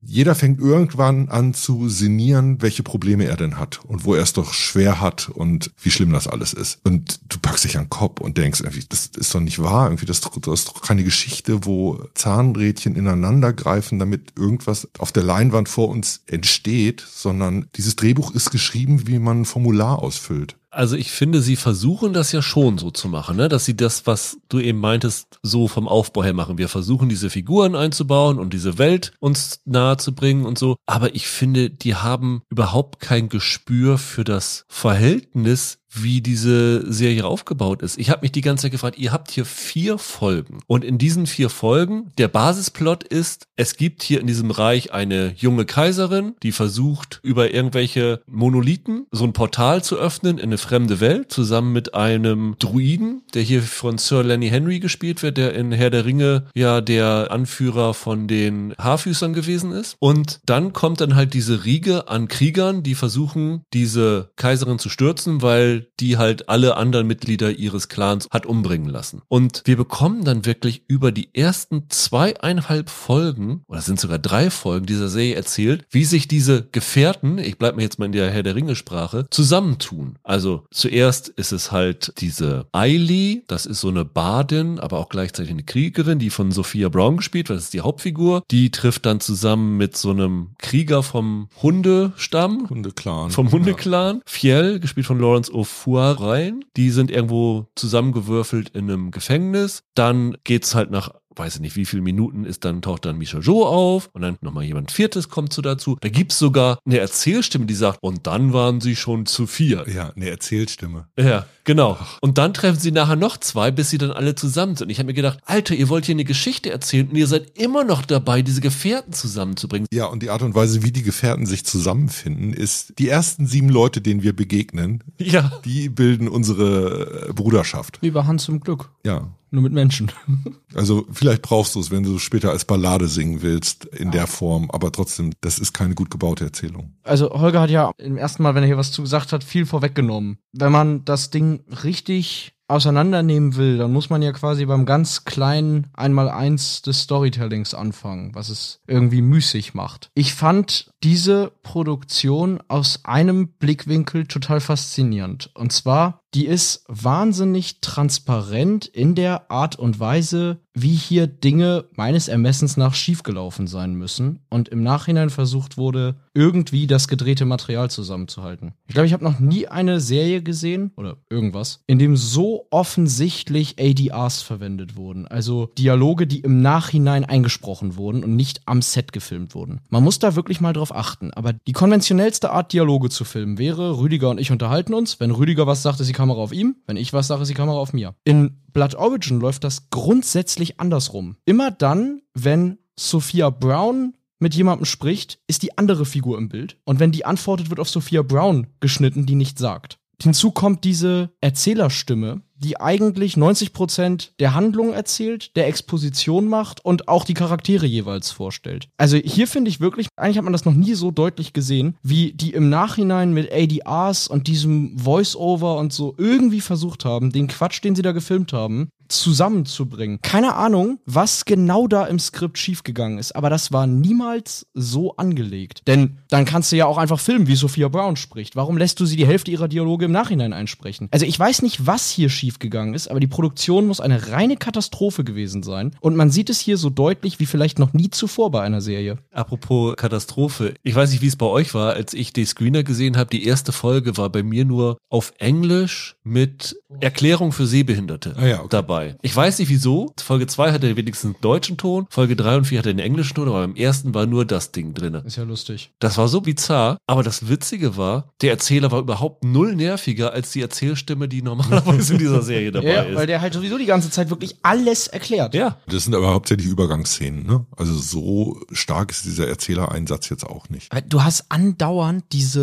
jeder fängt irgendwann an zu sinnieren, welche Probleme er denn hat und wo er es doch schwer hat und wie schlimm das alles ist. Und du packst dich an den Kopf und denkst, irgendwie, das ist doch nicht wahr. Irgendwie, das, das ist doch keine Geschichte, wo Zahnrädchen ineinander greifen, damit irgendwas auf der Leinwand vor uns entsteht, sondern dieses Drehbuch ist geschrieben, wie man ein Formular ausfüllt. Also ich finde, sie versuchen das ja schon so zu machen, ne? Dass sie das, was du eben meintest, so vom Aufbau her machen. Wir versuchen diese Figuren einzubauen und diese Welt uns nahe zu bringen und so. Aber ich finde, die haben überhaupt kein Gespür für das Verhältnis, wie diese Serie aufgebaut ist. Ich habe mich die ganze Zeit gefragt, ihr habt hier vier Folgen. Und in diesen vier Folgen, der Basisplot ist, es gibt hier in diesem Reich eine junge Kaiserin, die versucht, über irgendwelche Monolithen so ein Portal zu öffnen in eine fremde Welt, zusammen mit einem Druiden, der hier von Sir Lenny Henry gespielt wird, der in Herr der Ringe ja der Anführer von den Haarfüßern gewesen ist. Und dann kommt dann halt diese Riege an Kriegern, die versuchen, diese Kaiserin zu stürzen, weil die halt alle anderen Mitglieder ihres Clans hat umbringen lassen. Und wir bekommen dann wirklich über die ersten zweieinhalb Folgen, oder sind sogar drei Folgen dieser Serie erzählt, wie sich diese Gefährten, ich bleib mir jetzt mal in der Herr der Ringe-Sprache, zusammentun. Also zuerst ist es halt diese Ailey, das ist so eine Badin, aber auch gleichzeitig eine Kriegerin, die von Sophia Brown gespielt wird, das ist die Hauptfigur. Die trifft dann zusammen mit so einem Krieger vom Hundestamm. Hundeclan. Vom Hundeclan. Ja. Fiel, gespielt von Lawrence O'Fuara rein. Die sind irgendwo zusammengewürfelt in einem Gefängnis. Dann geht's halt nach, weiß ich nicht, wie viele Minuten ist dann, taucht dann Misha Jo auf und dann nochmal jemand Viertes kommt so dazu. Da gibt's sogar eine Erzählstimme, die sagt, und dann waren sie schon zu vier. Ja, eine Erzählstimme. Ja, genau. Und dann treffen sie nachher noch zwei, bis sie dann alle zusammen sind. Ich habe mir gedacht, Alter, ihr wollt hier eine Geschichte erzählen und ihr seid immer noch dabei, diese Gefährten zusammenzubringen. Ja, und die Art und Weise, wie die Gefährten sich zusammenfinden, ist, die ersten sieben Leute, denen wir begegnen, ja, die bilden unsere Bruderschaft. Wie bei Hans zum Glück. Ja. Nur mit Menschen. Also vielleicht brauchst du es, wenn du später als Ballade singen willst, in der Form. Aber trotzdem, das ist keine gut gebaute Erzählung. Also Holger hat ja im ersten Mal, wenn er hier was zu gesagt hat, viel vorweggenommen. Wenn man das Ding richtig auseinandernehmen will, dann muss man ja quasi beim ganz kleinen Einmaleins des Storytellings anfangen, was es irgendwie müßig macht. Ich fand diese Produktion aus einem Blickwinkel total faszinierend. Und zwar, die ist wahnsinnig transparent in der Art und Weise, wie hier Dinge meines Ermessens nach schiefgelaufen sein müssen und im Nachhinein versucht wurde, irgendwie das gedrehte Material zusammenzuhalten. Ich glaube, ich habe noch nie eine Serie gesehen, oder irgendwas, in dem so offensichtlich A D Rs verwendet wurden. Also Dialoge, die im Nachhinein eingesprochen wurden und nicht am Set gefilmt wurden. Man muss da wirklich mal drauf achten. Aber die konventionellste Art, Dialoge zu filmen, wäre, Rüdiger und ich unterhalten uns. Wenn Rüdiger was sagt, ist die Kamera auf ihm. Wenn ich was sage, ist die Kamera auf mir. In Blood Origin läuft das grundsätzlich andersrum. Immer dann, wenn Sophia Brown mit jemandem spricht, ist die andere Figur im Bild. Und wenn die antwortet, wird auf Sophia Brown geschnitten, die nichts sagt. Hinzu kommt diese Erzählerstimme, die eigentlich neunzig Prozent der Handlung erzählt, der Exposition macht und auch die Charaktere jeweils vorstellt. Also hier finde ich wirklich, eigentlich hat man das noch nie so deutlich gesehen, wie die im Nachhinein mit A D Rs und diesem Voice-Over und so irgendwie versucht haben, den Quatsch, den sie da gefilmt haben, zusammenzubringen. Keine Ahnung, was genau da im Skript schiefgegangen ist, aber das war niemals so angelegt. Denn dann kannst du ja auch einfach filmen, wie Sophia Brown spricht. Warum lässt du sie die Hälfte ihrer Dialoge im Nachhinein einsprechen? Also ich weiß nicht, was hier schiefgegangen ist, aber die Produktion muss eine reine Katastrophe gewesen sein. Und man sieht es hier so deutlich wie vielleicht noch nie zuvor bei einer Serie. Apropos Katastrophe. Ich weiß nicht, wie es bei euch war, als ich die Screener gesehen habe. Die erste Folge war bei mir nur auf Englisch mit Erklärung für Sehbehinderte ah ja, okay. dabei. Ich weiß nicht wieso. Folge zwei hatte wenigstens einen deutschen Ton, Folge drei und vier hatte einen englischen Ton, aber beim ersten war nur das Ding drin. Ist ja lustig. Das war so bizarr, aber das Witzige war, der Erzähler war überhaupt null nerviger als die Erzählstimme, die normalerweise in dieser Serie dabei ja, ist. Weil der halt sowieso die ganze Zeit wirklich alles erklärt. Ja. Das sind aber hauptsächlich Übergangsszenen, ne? Also so stark ist dieser Erzählereinsatz jetzt auch nicht. Du hast andauernd diese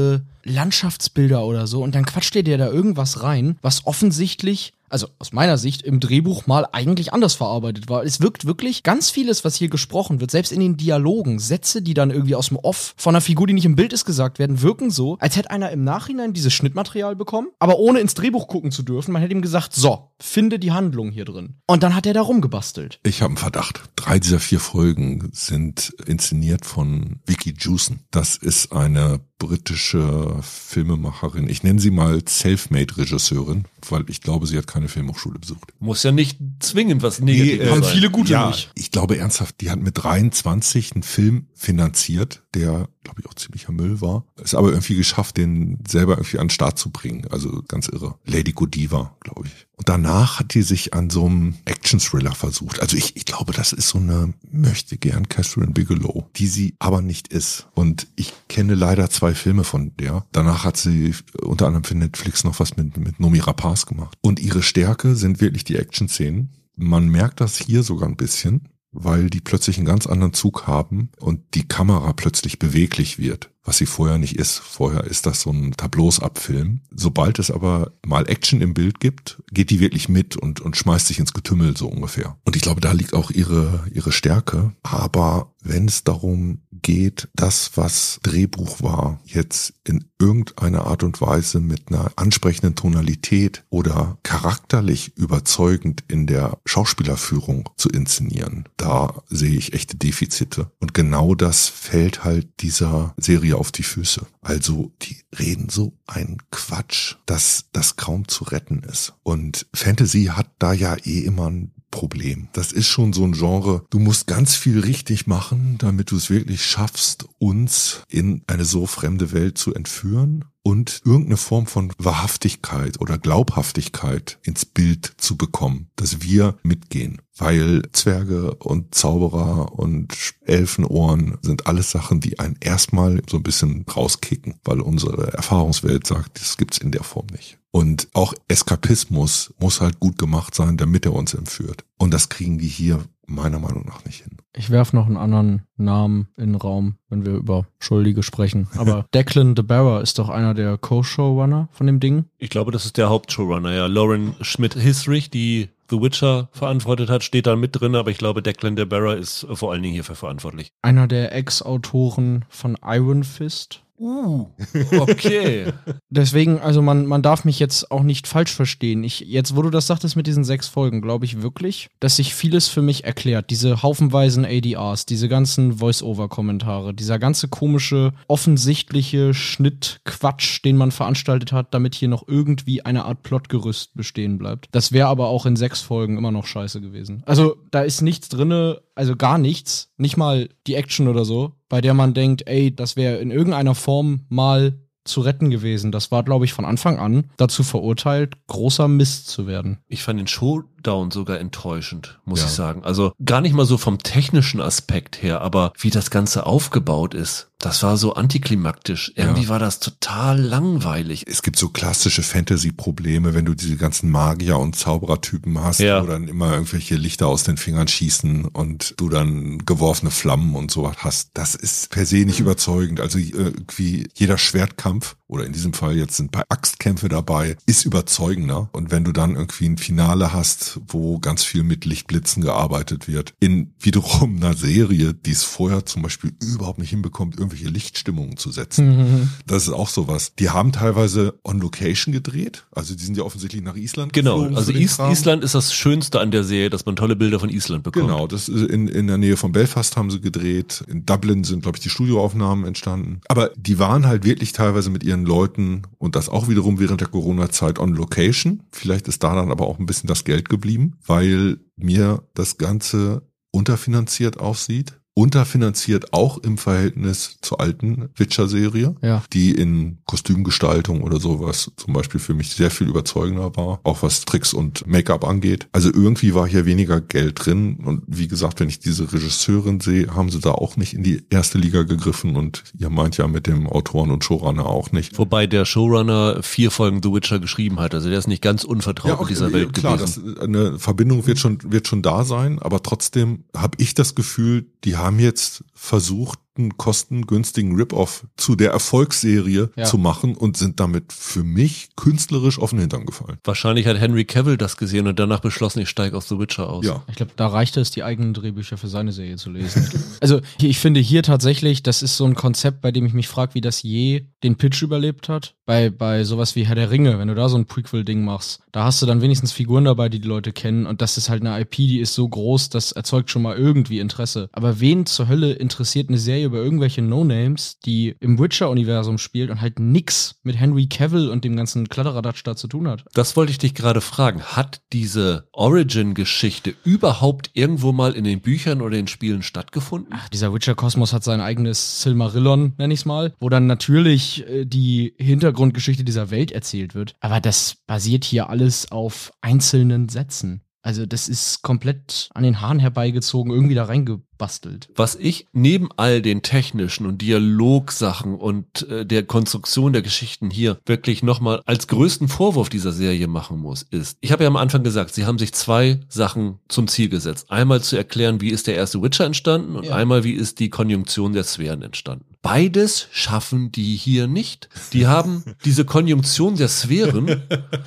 Landschaftsbilder oder so und dann quatscht ihr dir da irgendwas rein, was offensichtlich, also aus meiner Sicht, im Drehbuch mal eigentlich anders verarbeitet war. Es wirkt wirklich ganz vieles, was hier gesprochen wird, selbst in den Dialogen, Sätze, die dann irgendwie aus dem Off von einer Figur, die nicht im Bild ist, gesagt werden, wirken so, als hätte einer im Nachhinein dieses Schnittmaterial bekommen, aber ohne ins Drehbuch gucken zu dürfen. Man hätte ihm gesagt, so, finde die Handlung hier drin. Und dann hat er da rumgebastelt. Ich habe einen Verdacht. Drei dieser vier Folgen sind inszeniert von Vicky Jewson. Das ist eine britische Filmemacherin. Ich nenne sie mal Selfmade-Regisseurin, weil ich glaube, sie hat keine Filmhochschule besucht. Muss ja nicht zwingend was Negatives Nee, äh, sein. haben viele gute ja, nicht. ich glaube ernsthaft, die hat mit dreiundzwanzig einen Film finanziert, der, glaube ich, auch ziemlicher Müll war. Ist aber irgendwie geschafft, den selber irgendwie an den Start zu bringen. Also ganz irre. Lady Godiva, glaube ich. Und danach hat die sich an so einem Action-Thriller versucht. Also ich, ich glaube, das ist so eine möchte gern Catherine Bigelow, die sie aber nicht ist. Und ich kenne leider zwei Filme von der. Danach hat sie unter anderem für Netflix noch was mit, mit Noomi Rapace gemacht. Und ihre Stärke sind wirklich die Action-Szenen. Man merkt das hier sogar ein bisschen, weil die plötzlich einen ganz anderen Zug haben und die Kamera plötzlich beweglich wird, was sie vorher nicht ist. Vorher ist das so ein Tableaus abfilmen. Sobald es aber mal Action im Bild gibt, geht die wirklich mit und, und schmeißt sich ins Getümmel so ungefähr. Und ich glaube, da liegt auch ihre, ihre Stärke. Aber wenn es darum geht, das, was Drehbuch war, jetzt in irgendeiner Art und Weise mit einer ansprechenden Tonalität oder charakterlich überzeugend in der Schauspielerführung zu inszenieren, da sehe ich echte Defizite. Und genau das fällt halt dieser Serie auf die Füße. Also die reden so einen Quatsch, dass das kaum zu retten ist. Und Fantasy hat da ja eh immer ein Problem. Das ist schon so ein Genre, du musst ganz viel richtig machen, damit du es wirklich schaffst, uns in eine so fremde Welt zu entführen und irgendeine Form von Wahrhaftigkeit oder Glaubhaftigkeit ins Bild zu bekommen, dass wir mitgehen. Weil Zwerge und Zauberer und Elfenohren sind alles Sachen, die einen erstmal so ein bisschen rauskicken, weil unsere Erfahrungswelt sagt, das gibt's in der Form nicht. Und auch Eskapismus muss halt gut gemacht sein, damit er uns entführt. Und das kriegen die hier meiner Meinung nach nicht hin. Ich werfe noch einen anderen Namen in den Raum, wenn wir über Schuldige sprechen. Aber Declan DeBarra ist doch einer der Co-Showrunner von dem Ding. Ich glaube, das ist der Hauptshowrunner, ja. Lauren Schmidt-Hisrich, die The Witcher verantwortet hat, steht da mit drin, aber ich glaube, Declan DeBarra ist vor allen Dingen hierfür verantwortlich. Einer der Ex-Autoren von Iron Fist. Uh, okay. Deswegen, also man, man darf mich jetzt auch nicht falsch verstehen. Ich, jetzt, wo du das sagtest mit diesen sechs Folgen, glaube ich wirklich, dass sich vieles für mich erklärt. Diese haufenweisen A D Rs, diese ganzen Voice-Over-Kommentare, dieser ganze komische, offensichtliche Schnittquatsch, den man veranstaltet hat, damit hier noch irgendwie eine Art Plotgerüst bestehen bleibt. Das wäre aber auch in sechs Folgen immer noch scheiße gewesen. Also, da ist nichts drinne, also gar nichts, nicht mal die Action oder so, bei der man denkt, ey, das wäre in irgendeiner Form mal zu retten gewesen. Das war, glaube ich, von Anfang an dazu verurteilt, großer Mist zu werden. Ich fand den Showdown sogar enttäuschend, muss Ja. ich sagen. Also gar nicht mal so vom technischen Aspekt her, aber wie das Ganze aufgebaut ist, das war so antiklimaktisch. Irgendwie Ja. war das total langweilig. Es gibt so klassische Fantasy-Probleme, wenn du diese ganzen Magier- und Zauberertypen hast, Ja. wo dann immer irgendwelche Lichter aus den Fingern schießen und du dann geworfene Flammen und sowas hast. Das ist per se nicht überzeugend. Also irgendwie jeder Schwertkampf, oder in diesem Fall jetzt sind ein paar Axtkämpfe dabei, ist überzeugender. Und wenn du dann irgendwie ein Finale hast, wo ganz viel mit Lichtblitzen gearbeitet wird, in wiederum einer Serie, die es vorher zum Beispiel überhaupt nicht hinbekommt, irgendwelche Lichtstimmungen zu setzen. Das ist auch sowas. Die haben teilweise on Location gedreht. Also die sind ja offensichtlich nach Island Genau, geflogen also für den Is Kram. Island ist das Schönste an der Serie, dass man tolle Bilder von Island bekommt. Genau, das ist in, in der Nähe von Belfast haben sie gedreht. In Dublin sind, glaube ich, die Studioaufnahmen entstanden. Aber die waren halt wirklich teilweise mit ihren Leuten und das auch wiederum während der Corona-Zeit on Location. Vielleicht ist da dann aber auch ein bisschen das Geld geblieben, weil mir das Ganze unterfinanziert aussieht. Unterfinanziert auch im Verhältnis zur alten Witcher-Serie, Ja. die in Kostümgestaltung oder sowas zum Beispiel für mich sehr viel überzeugender war, auch was Tricks und Make-up angeht. Also irgendwie war hier weniger Geld drin und wie gesagt, wenn ich diese Regisseurin sehe, haben sie da auch nicht in die erste Liga gegriffen und ihr meint ja mit dem Autoren und Showrunner auch nicht. Wobei der Showrunner vier Folgen The Witcher geschrieben hat, also der ist nicht ganz unvertraut mit dieser Welt klar, gewesen. das, eine Verbindung wird schon wird schon da sein, aber trotzdem habe ich das Gefühl, die haben jetzt versucht, verrückten, kostengünstigen Rip-Off zu der Erfolgsserie Ja. zu machen und sind damit für mich künstlerisch auf den Hintern gefallen. Wahrscheinlich hat Henry Cavill das gesehen und danach beschlossen, ich steige aus The Witcher aus. Ja. Ich glaube, da reichte es, die eigenen Drehbücher für seine Serie zu lesen. Also ich finde hier tatsächlich, das ist so ein Konzept, bei dem ich mich frage, wie das je den Pitch überlebt hat. Bei, bei sowas wie Herr der Ringe, wenn du da so ein Prequel-Ding machst, da hast du dann wenigstens Figuren dabei, die die Leute kennen und das ist halt eine I P, die ist so groß, das erzeugt schon mal irgendwie Interesse. Aber wen zur Hölle interessiert eine Serie über irgendwelche No-Names, die im Witcher-Universum spielt und halt nix mit Henry Cavill und dem ganzen Kladderadatsch da zu tun hat? Das wollte ich dich gerade fragen. Hat diese Origin-Geschichte überhaupt irgendwo mal in den Büchern oder den Spielen stattgefunden? Ach, dieser Witcher-Kosmos hat sein eigenes Silmarillion, nenn ich's mal, wo dann natürlich äh, die Hintergrundgeschichte dieser Welt erzählt wird. Aber das basiert hier alles auf einzelnen Sätzen. Also das ist komplett an den Haaren herbeigezogen, irgendwie da reingebastelt. Was ich neben all den technischen und Dialogsachen und äh, der Konstruktion der Geschichten hier wirklich nochmal als größten Vorwurf dieser Serie machen muss, ist, ich habe ja am Anfang gesagt, sie haben sich zwei Sachen zum Ziel gesetzt. Einmal zu erklären, wie ist der erste Witcher entstanden und Ja. einmal, wie ist die Konjunktion der Sphären entstanden. Beides schaffen die hier nicht. Die haben diese Konjunktion der Sphären,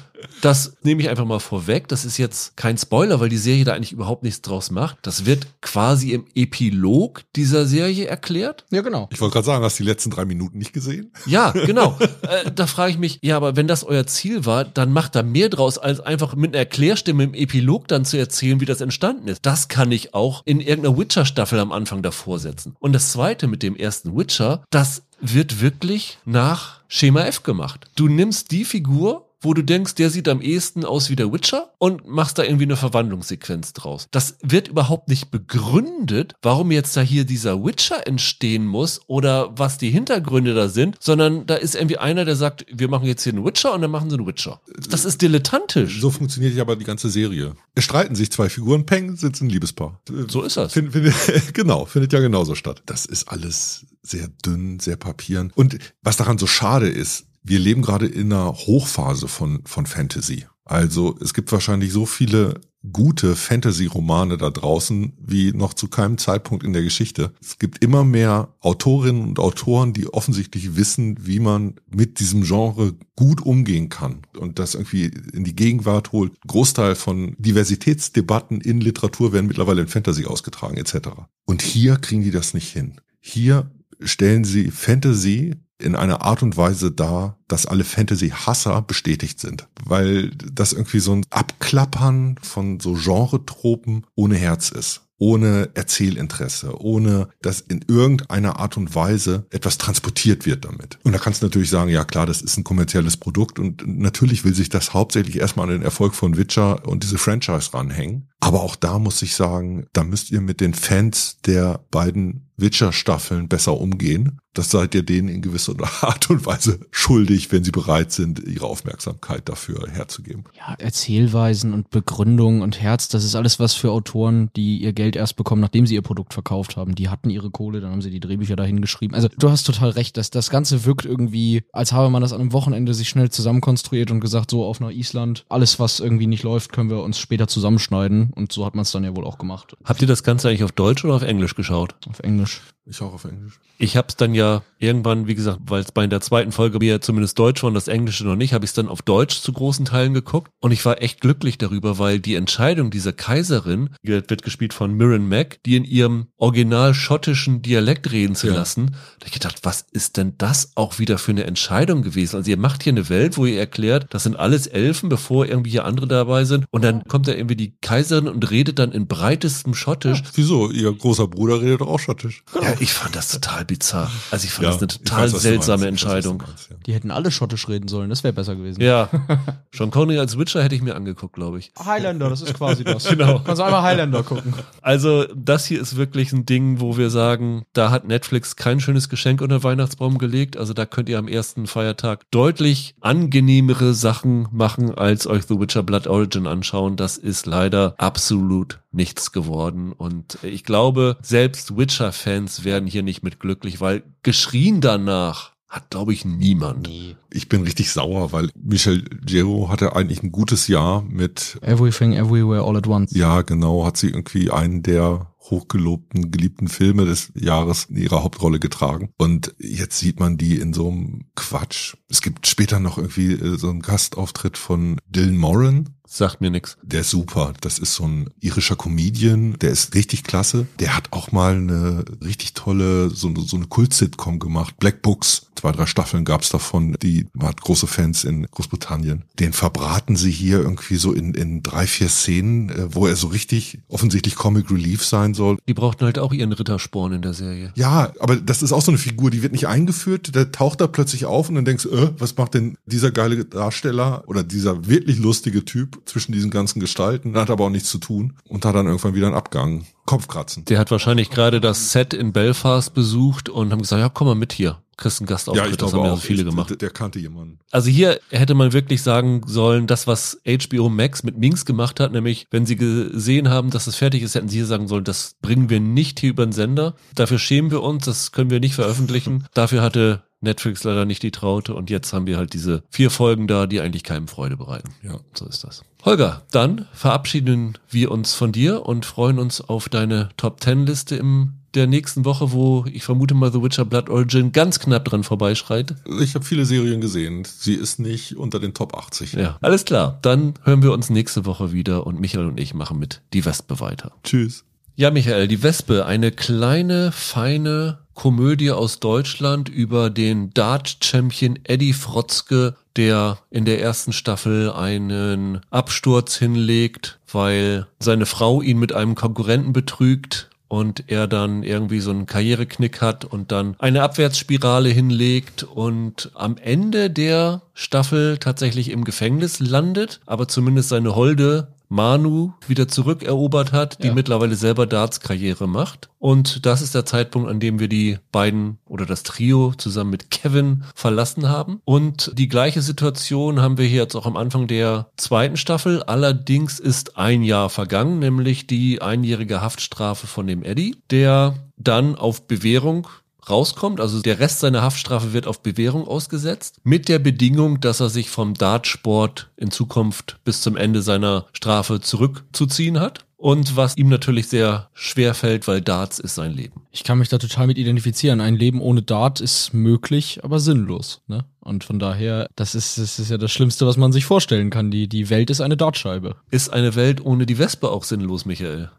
das nehme ich einfach mal vorweg, das ist jetzt kein Spoiler, weil die Serie da eigentlich überhaupt nichts draus macht. Das wird quasi im Epilog dieser Serie erklärt. Ja, genau. Ich wollte gerade sagen, hast du die letzten drei Minuten nicht gesehen? Ja, genau. äh, da frage ich mich, ja, aber wenn das euer Ziel war, dann macht da mehr draus, als einfach mit einer Erklärstimme im Epilog dann zu erzählen, wie das entstanden ist. Das kann ich auch in irgendeiner Witcher-Staffel am Anfang davor setzen. Und das Zweite mit dem ersten Witcher, das wird wirklich nach Schema F gemacht. Du nimmst die Figur, wo du denkst, der sieht am ehesten aus wie der Witcher und machst da irgendwie eine Verwandlungssequenz draus. Das wird überhaupt nicht begründet, warum jetzt da hier dieser Witcher entstehen muss oder was die Hintergründe da sind, sondern da ist irgendwie einer, der sagt, wir machen jetzt hier einen Witcher und dann machen sie einen Witcher. Das ist dilettantisch. So funktioniert ja aber die ganze Serie. Es streiten sich zwei Figuren, peng, sitzen ein Liebespaar. So ist das. Find, find, genau, findet ja genauso statt. Das ist alles sehr dünn, sehr papieren. Und was daran so schade ist, wir leben gerade in einer Hochphase von, von Fantasy. Also es gibt wahrscheinlich so viele gute Fantasy-Romane da draußen wie noch zu keinem Zeitpunkt in der Geschichte. Es gibt immer mehr Autorinnen und Autoren, die offensichtlich wissen, wie man mit diesem Genre gut umgehen kann und das irgendwie in die Gegenwart holt. Ein Großteil von Diversitätsdebatten in Literatur werden mittlerweile in Fantasy ausgetragen et cetera. Und hier kriegen die das nicht hin. Hier stellen sie Fantasy in einer Art und Weise dar, dass alle Fantasy-Hasser bestätigt sind. Weil das irgendwie so ein Abklappern von so Genre-Tropen ohne Herz ist. Ohne Erzählinteresse, ohne dass in irgendeiner Art und Weise etwas transportiert wird damit. Und da kannst du natürlich sagen, ja klar, das ist ein kommerzielles Produkt und natürlich will sich das hauptsächlich erstmal an den Erfolg von Witcher und diese Franchise ranhängen. Aber auch da muss ich sagen, da müsst ihr mit den Fans der beiden Witcher-Staffeln besser umgehen. Das seid ihr denen in gewisser Art und Weise schuldig, wenn sie bereit sind, ihre Aufmerksamkeit dafür herzugeben. Ja, Erzählweisen und Begründung und Herz, das ist alles was für Autoren, die ihr Geld erst bekommen, nachdem sie ihr Produkt verkauft haben. Die hatten ihre Kohle, dann haben sie die Drehbücher dahin geschrieben. Also du hast total recht, dass das Ganze wirkt irgendwie, als habe man das an einem Wochenende sich schnell zusammenkonstruiert und gesagt, so auf nach Island, alles was irgendwie nicht läuft, können wir uns später zusammenschneiden. Und so hat man es dann ja wohl auch gemacht. Habt ihr das Ganze eigentlich auf Deutsch oder auf Englisch geschaut? Auf Englisch. Ich auch auf Englisch. Ich habe es dann ja irgendwann, wie gesagt, weil es bei der zweiten Folge mir zumindest Deutsch war und das Englische noch nicht, habe ich es dann auf Deutsch zu großen Teilen geguckt. Und ich war echt glücklich darüber, weil die Entscheidung dieser Kaiserin, die wird gespielt von Mirren Mack, die in ihrem original schottischen Dialekt reden zu Ja. lassen, da hab ich gedacht, was ist denn das auch wieder für eine Entscheidung gewesen? Also ihr macht hier eine Welt, wo ihr erklärt, das sind alles Elfen, bevor irgendwie hier andere dabei sind. Und dann kommt da irgendwie die Kaiserin und redet dann in breitestem Schottisch. Wieso? Ihr großer Bruder redet doch auch Schottisch. Ja, ich fand das total bizarr. Also ich fand Ja, das eine ich total weiß, was du seltsame meinst. Ich weiß, was du Entscheidung. meinst, ja. Die hätten alle schottisch reden sollen, das wäre besser gewesen. Ja, Sean Connery als Witcher hätte ich mir angeguckt, glaube ich. Highlander, das ist quasi das. Genau. Kannst du einmal Highlander gucken. Also das hier ist wirklich ein Ding, wo wir sagen, da hat Netflix kein schönes Geschenk unter den Weihnachtsbaum gelegt. Also da könnt ihr am ersten Feiertag deutlich angenehmere Sachen machen, als euch The Witcher Blood Origin anschauen. Das ist leider absolut nichts geworden. Und ich glaube, selbst Witcher-Fans werden hier nicht mit glücklich, weil geschrien danach hat, glaube ich, niemand. Nee. Ich bin richtig sauer, weil Michel Gero hatte eigentlich ein gutes Jahr mit, Everything, Everywhere, All at Once. ja genau, hat sie irgendwie einen der hochgelobten, geliebten Filme des Jahres in ihrer Hauptrolle getragen. Und jetzt sieht man die in so einem Quatsch. Es gibt später noch irgendwie so einen Gastauftritt von Dylan Moran. Sagt mir nix. Der ist super. Das ist so ein irischer Comedian. Der ist richtig klasse. Der hat auch mal eine richtig tolle, so, so eine Kult-Sitcom gemacht. Black Books. Zwei, drei Staffeln gab's davon. Die hat große Fans in Großbritannien. Den verbraten sie hier irgendwie so in, in drei, vier Szenen, wo er so richtig offensichtlich Comic Relief sein soll. Die brauchten halt auch ihren Rittersporn in der Serie. Ja, aber das ist auch so eine Figur, die wird nicht eingeführt. Der taucht da plötzlich auf und dann denkst du, äh, was macht denn dieser geile Darsteller oder dieser wirklich lustige Typ zwischen diesen ganzen Gestalten, hat aber auch nichts zu tun und hat dann irgendwann wieder einen Abgang. Kopfkratzen. Der hat wahrscheinlich gerade das Set in Belfast besucht und haben gesagt, ja, komm mal mit hier. Kriegst einen Gastauftritt. Ja, ich das glaube haben ja auch. viele ich, gemacht. Der, der kannte jemanden. Also hier hätte man wirklich sagen sollen, das, was H B O Max mit Minx gemacht hat, nämlich, wenn sie gesehen haben, dass es fertig ist, hätten sie hier sagen sollen, das bringen wir nicht hier über den Sender. Dafür schämen wir uns, das können wir nicht veröffentlichen. Dafür hatte Netflix leider nicht die Traute und jetzt haben wir halt diese vier Folgen da, die eigentlich keinem Freude bereiten. Ja. So ist das. Holger, dann verabschieden wir uns von dir und freuen uns auf deine Top-Ten-Liste im der nächsten Woche, wo ich vermute mal The Witcher Blood Origin ganz knapp dran vorbeischreit. Ich habe viele Serien gesehen. Sie ist nicht unter den Top achtzig. Ja, alles klar. Dann hören wir uns nächste Woche wieder und Michael und ich machen mit Die Wespe weiter. Tschüss. Ja, Michael, Die Wespe, eine kleine, feine Komödie aus Deutschland über den Dart-Champion Eddie Frotzke, der in der ersten Staffel einen Absturz hinlegt, weil seine Frau ihn mit einem Konkurrenten betrügt und er dann irgendwie so einen Karriereknick hat und dann eine Abwärtsspirale hinlegt und am Ende der Staffel tatsächlich im Gefängnis landet, aber zumindest seine Holde Manu wieder zurückerobert hat, die ja. mittlerweile selber Darts-Karriere macht. Und das ist der Zeitpunkt, an dem wir die beiden oder das Trio zusammen mit Kevin verlassen haben. Und die gleiche Situation haben wir hier jetzt auch am Anfang der zweiten Staffel. Allerdings ist ein Jahr vergangen, nämlich die einjährige Haftstrafe von dem Eddie, der dann auf Bewährung rauskommt, also der Rest seiner Haftstrafe wird auf Bewährung ausgesetzt, mit der Bedingung, dass er sich vom Dartsport in Zukunft bis zum Ende seiner Strafe zurückzuziehen hat. Und was ihm natürlich sehr schwer fällt, weil Darts ist sein Leben. Ich kann mich da total mit identifizieren. Ein Leben ohne Dart ist möglich, aber sinnlos, ne? Und von daher, das ist, das ist ja das Schlimmste, was man sich vorstellen kann. Die, die Welt ist eine Dartscheibe. Ist eine Welt ohne die Wespe auch sinnlos, Michael?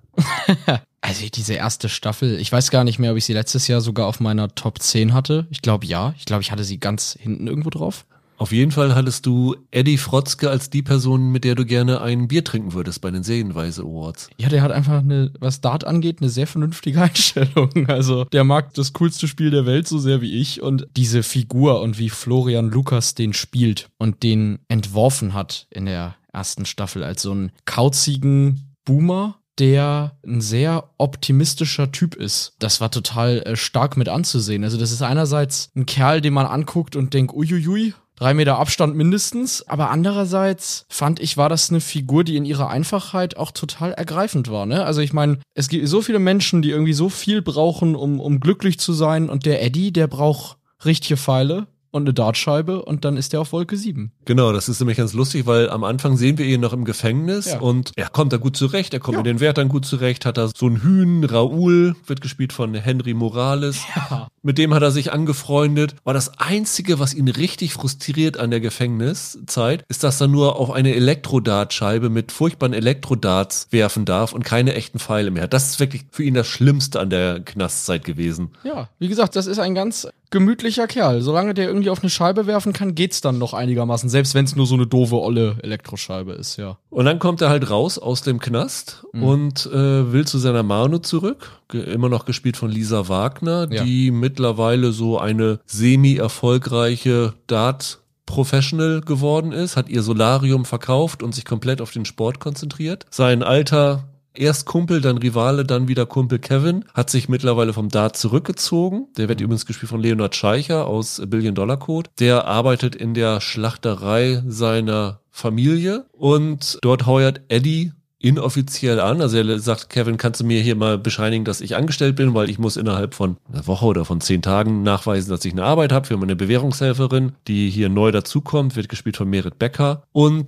Also diese erste Staffel, ich weiß gar nicht mehr, ob ich sie letztes Jahr sogar auf meiner Top zehn hatte. Ich glaube ja. Ich glaube, ich hatte sie ganz hinten irgendwo drauf. Auf jeden Fall hattest du Eddie Frotzke als die Person, mit der du gerne ein Bier trinken würdest bei den Serienweise Awards. Ja, der hat einfach eine, was Dart angeht, eine sehr vernünftige Einstellung. Also der mag das coolste Spiel der Welt so sehr wie ich und diese Figur und wie Florian Lukas den spielt und den entworfen hat in der ersten Staffel als so einen kauzigen Boomer, der ein sehr optimistischer Typ ist. Das war total äh, stark mit anzusehen. Also das ist einerseits ein Kerl, den man anguckt und denkt, uiuiui, drei Meter Abstand mindestens. Aber andererseits fand ich, war das eine Figur, die in ihrer Einfachheit auch total ergreifend war. Ne? Also ich meine, es gibt so viele Menschen, die irgendwie so viel brauchen, um, um glücklich zu sein. Und der Eddie, der braucht richtige Pfeile und eine Dartscheibe und dann ist er auf Wolke sieben. Genau, das ist nämlich ganz lustig, weil am Anfang sehen wir ihn noch im Gefängnis ja. und er kommt da gut zurecht, er kommt ja. mit den Wärtern gut zurecht, hat da so einen Hühn, Raoul, wird gespielt von Henry Morales. Ja. Mit dem hat er sich angefreundet. War das Einzige, was ihn richtig frustriert an der Gefängniszeit, ist, dass er nur auf eine Elektrodartscheibe mit furchtbaren Elektrodarts werfen darf und keine echten Pfeile mehr hat. Das ist wirklich für ihn das Schlimmste an der Knastzeit gewesen. Ja, wie gesagt, das ist ein ganz gemütlicher Kerl. Solange der irgendwie auf eine Scheibe werfen kann, geht's dann noch einigermaßen. Selbst wenn es nur so eine doofe, olle Elektroscheibe ist, ja. Und dann kommt er halt raus aus dem Knast mhm. und äh, will zu seiner Manu zurück. Ge- immer noch gespielt von Lisa Wagner, ja. die mittlerweile so eine semi-erfolgreiche Dart- Professional geworden ist, hat ihr Solarium verkauft und sich komplett auf den Sport konzentriert. Sein alter Erst Kumpel, dann Rivale, dann wieder Kumpel Kevin, hat sich mittlerweile vom Dart zurückgezogen. Der wird übrigens gespielt von Leonard Scheicher aus Billion Dollar Code. Der arbeitet in der Schlachterei seiner Familie und dort heuert Eddie inoffiziell an. Also er sagt, Kevin, kannst du mir hier mal bescheinigen, dass ich angestellt bin, weil ich muss innerhalb von einer Woche oder von zehn Tagen nachweisen, dass ich eine Arbeit habe für meine Bewährungshelferin, die hier neu dazukommt, wird gespielt von Merit Becker. Und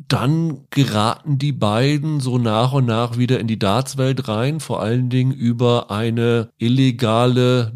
dann geraten die beiden so nach und nach wieder in die Dartswelt rein, vor allen Dingen über eine illegale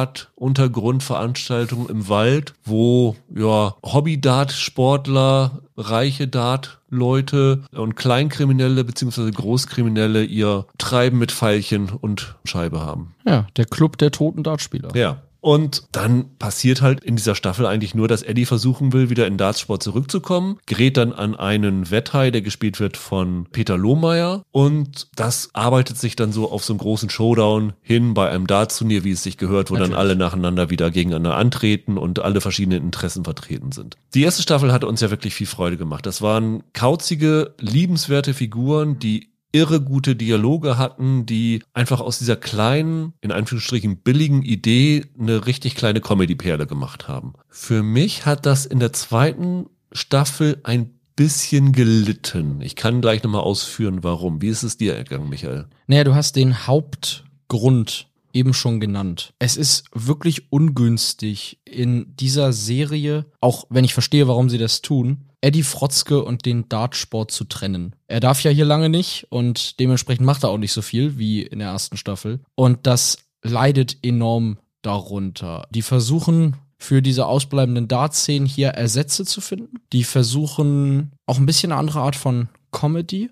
Dart-Untergrundveranstaltung im Wald, wo ja Hobby-Dart-Sportler, reiche Dart-Leute und Kleinkriminelle bzw. Großkriminelle ihr Treiben mit Pfeilchen und Scheibe haben. Ja, der Club der toten Dartspieler. Ja. Und dann passiert halt in dieser Staffel eigentlich nur, dass Eddie versuchen will, wieder in den Dartsport zurückzukommen, gerät dann an einen Wetthai, der gespielt wird von Peter Lohmeier, und das arbeitet sich dann so auf so einen großen Showdown hin bei einem Dartturnier, wie es sich gehört, wo Natürlich. Dann alle nacheinander wieder gegeneinander antreten und alle verschiedenen Interessen vertreten sind. Die erste Staffel hatte uns ja wirklich viel Freude gemacht. Das waren kauzige, liebenswerte Figuren, die irre gute Dialoge hatten, die einfach aus dieser kleinen, in Anführungsstrichen billigen Idee eine richtig kleine Comedy-Perle gemacht haben. Für mich hat das in der zweiten Staffel ein bisschen gelitten. Ich kann gleich nochmal ausführen, warum. Wie ist es dir ergangen, Michael? Naja, du hast den Hauptgrund eben schon genannt. Es ist wirklich ungünstig in dieser Serie, auch wenn ich verstehe, warum sie das tun, Eddie Frotzke und den Dartsport zu trennen. Er darf ja hier lange nicht und dementsprechend macht er auch nicht so viel wie in der ersten Staffel. Und das leidet enorm darunter. Die versuchen für diese ausbleibenden Dart-Szenen hier Ersätze zu finden. Die versuchen auch ein bisschen eine andere Art von Comedy,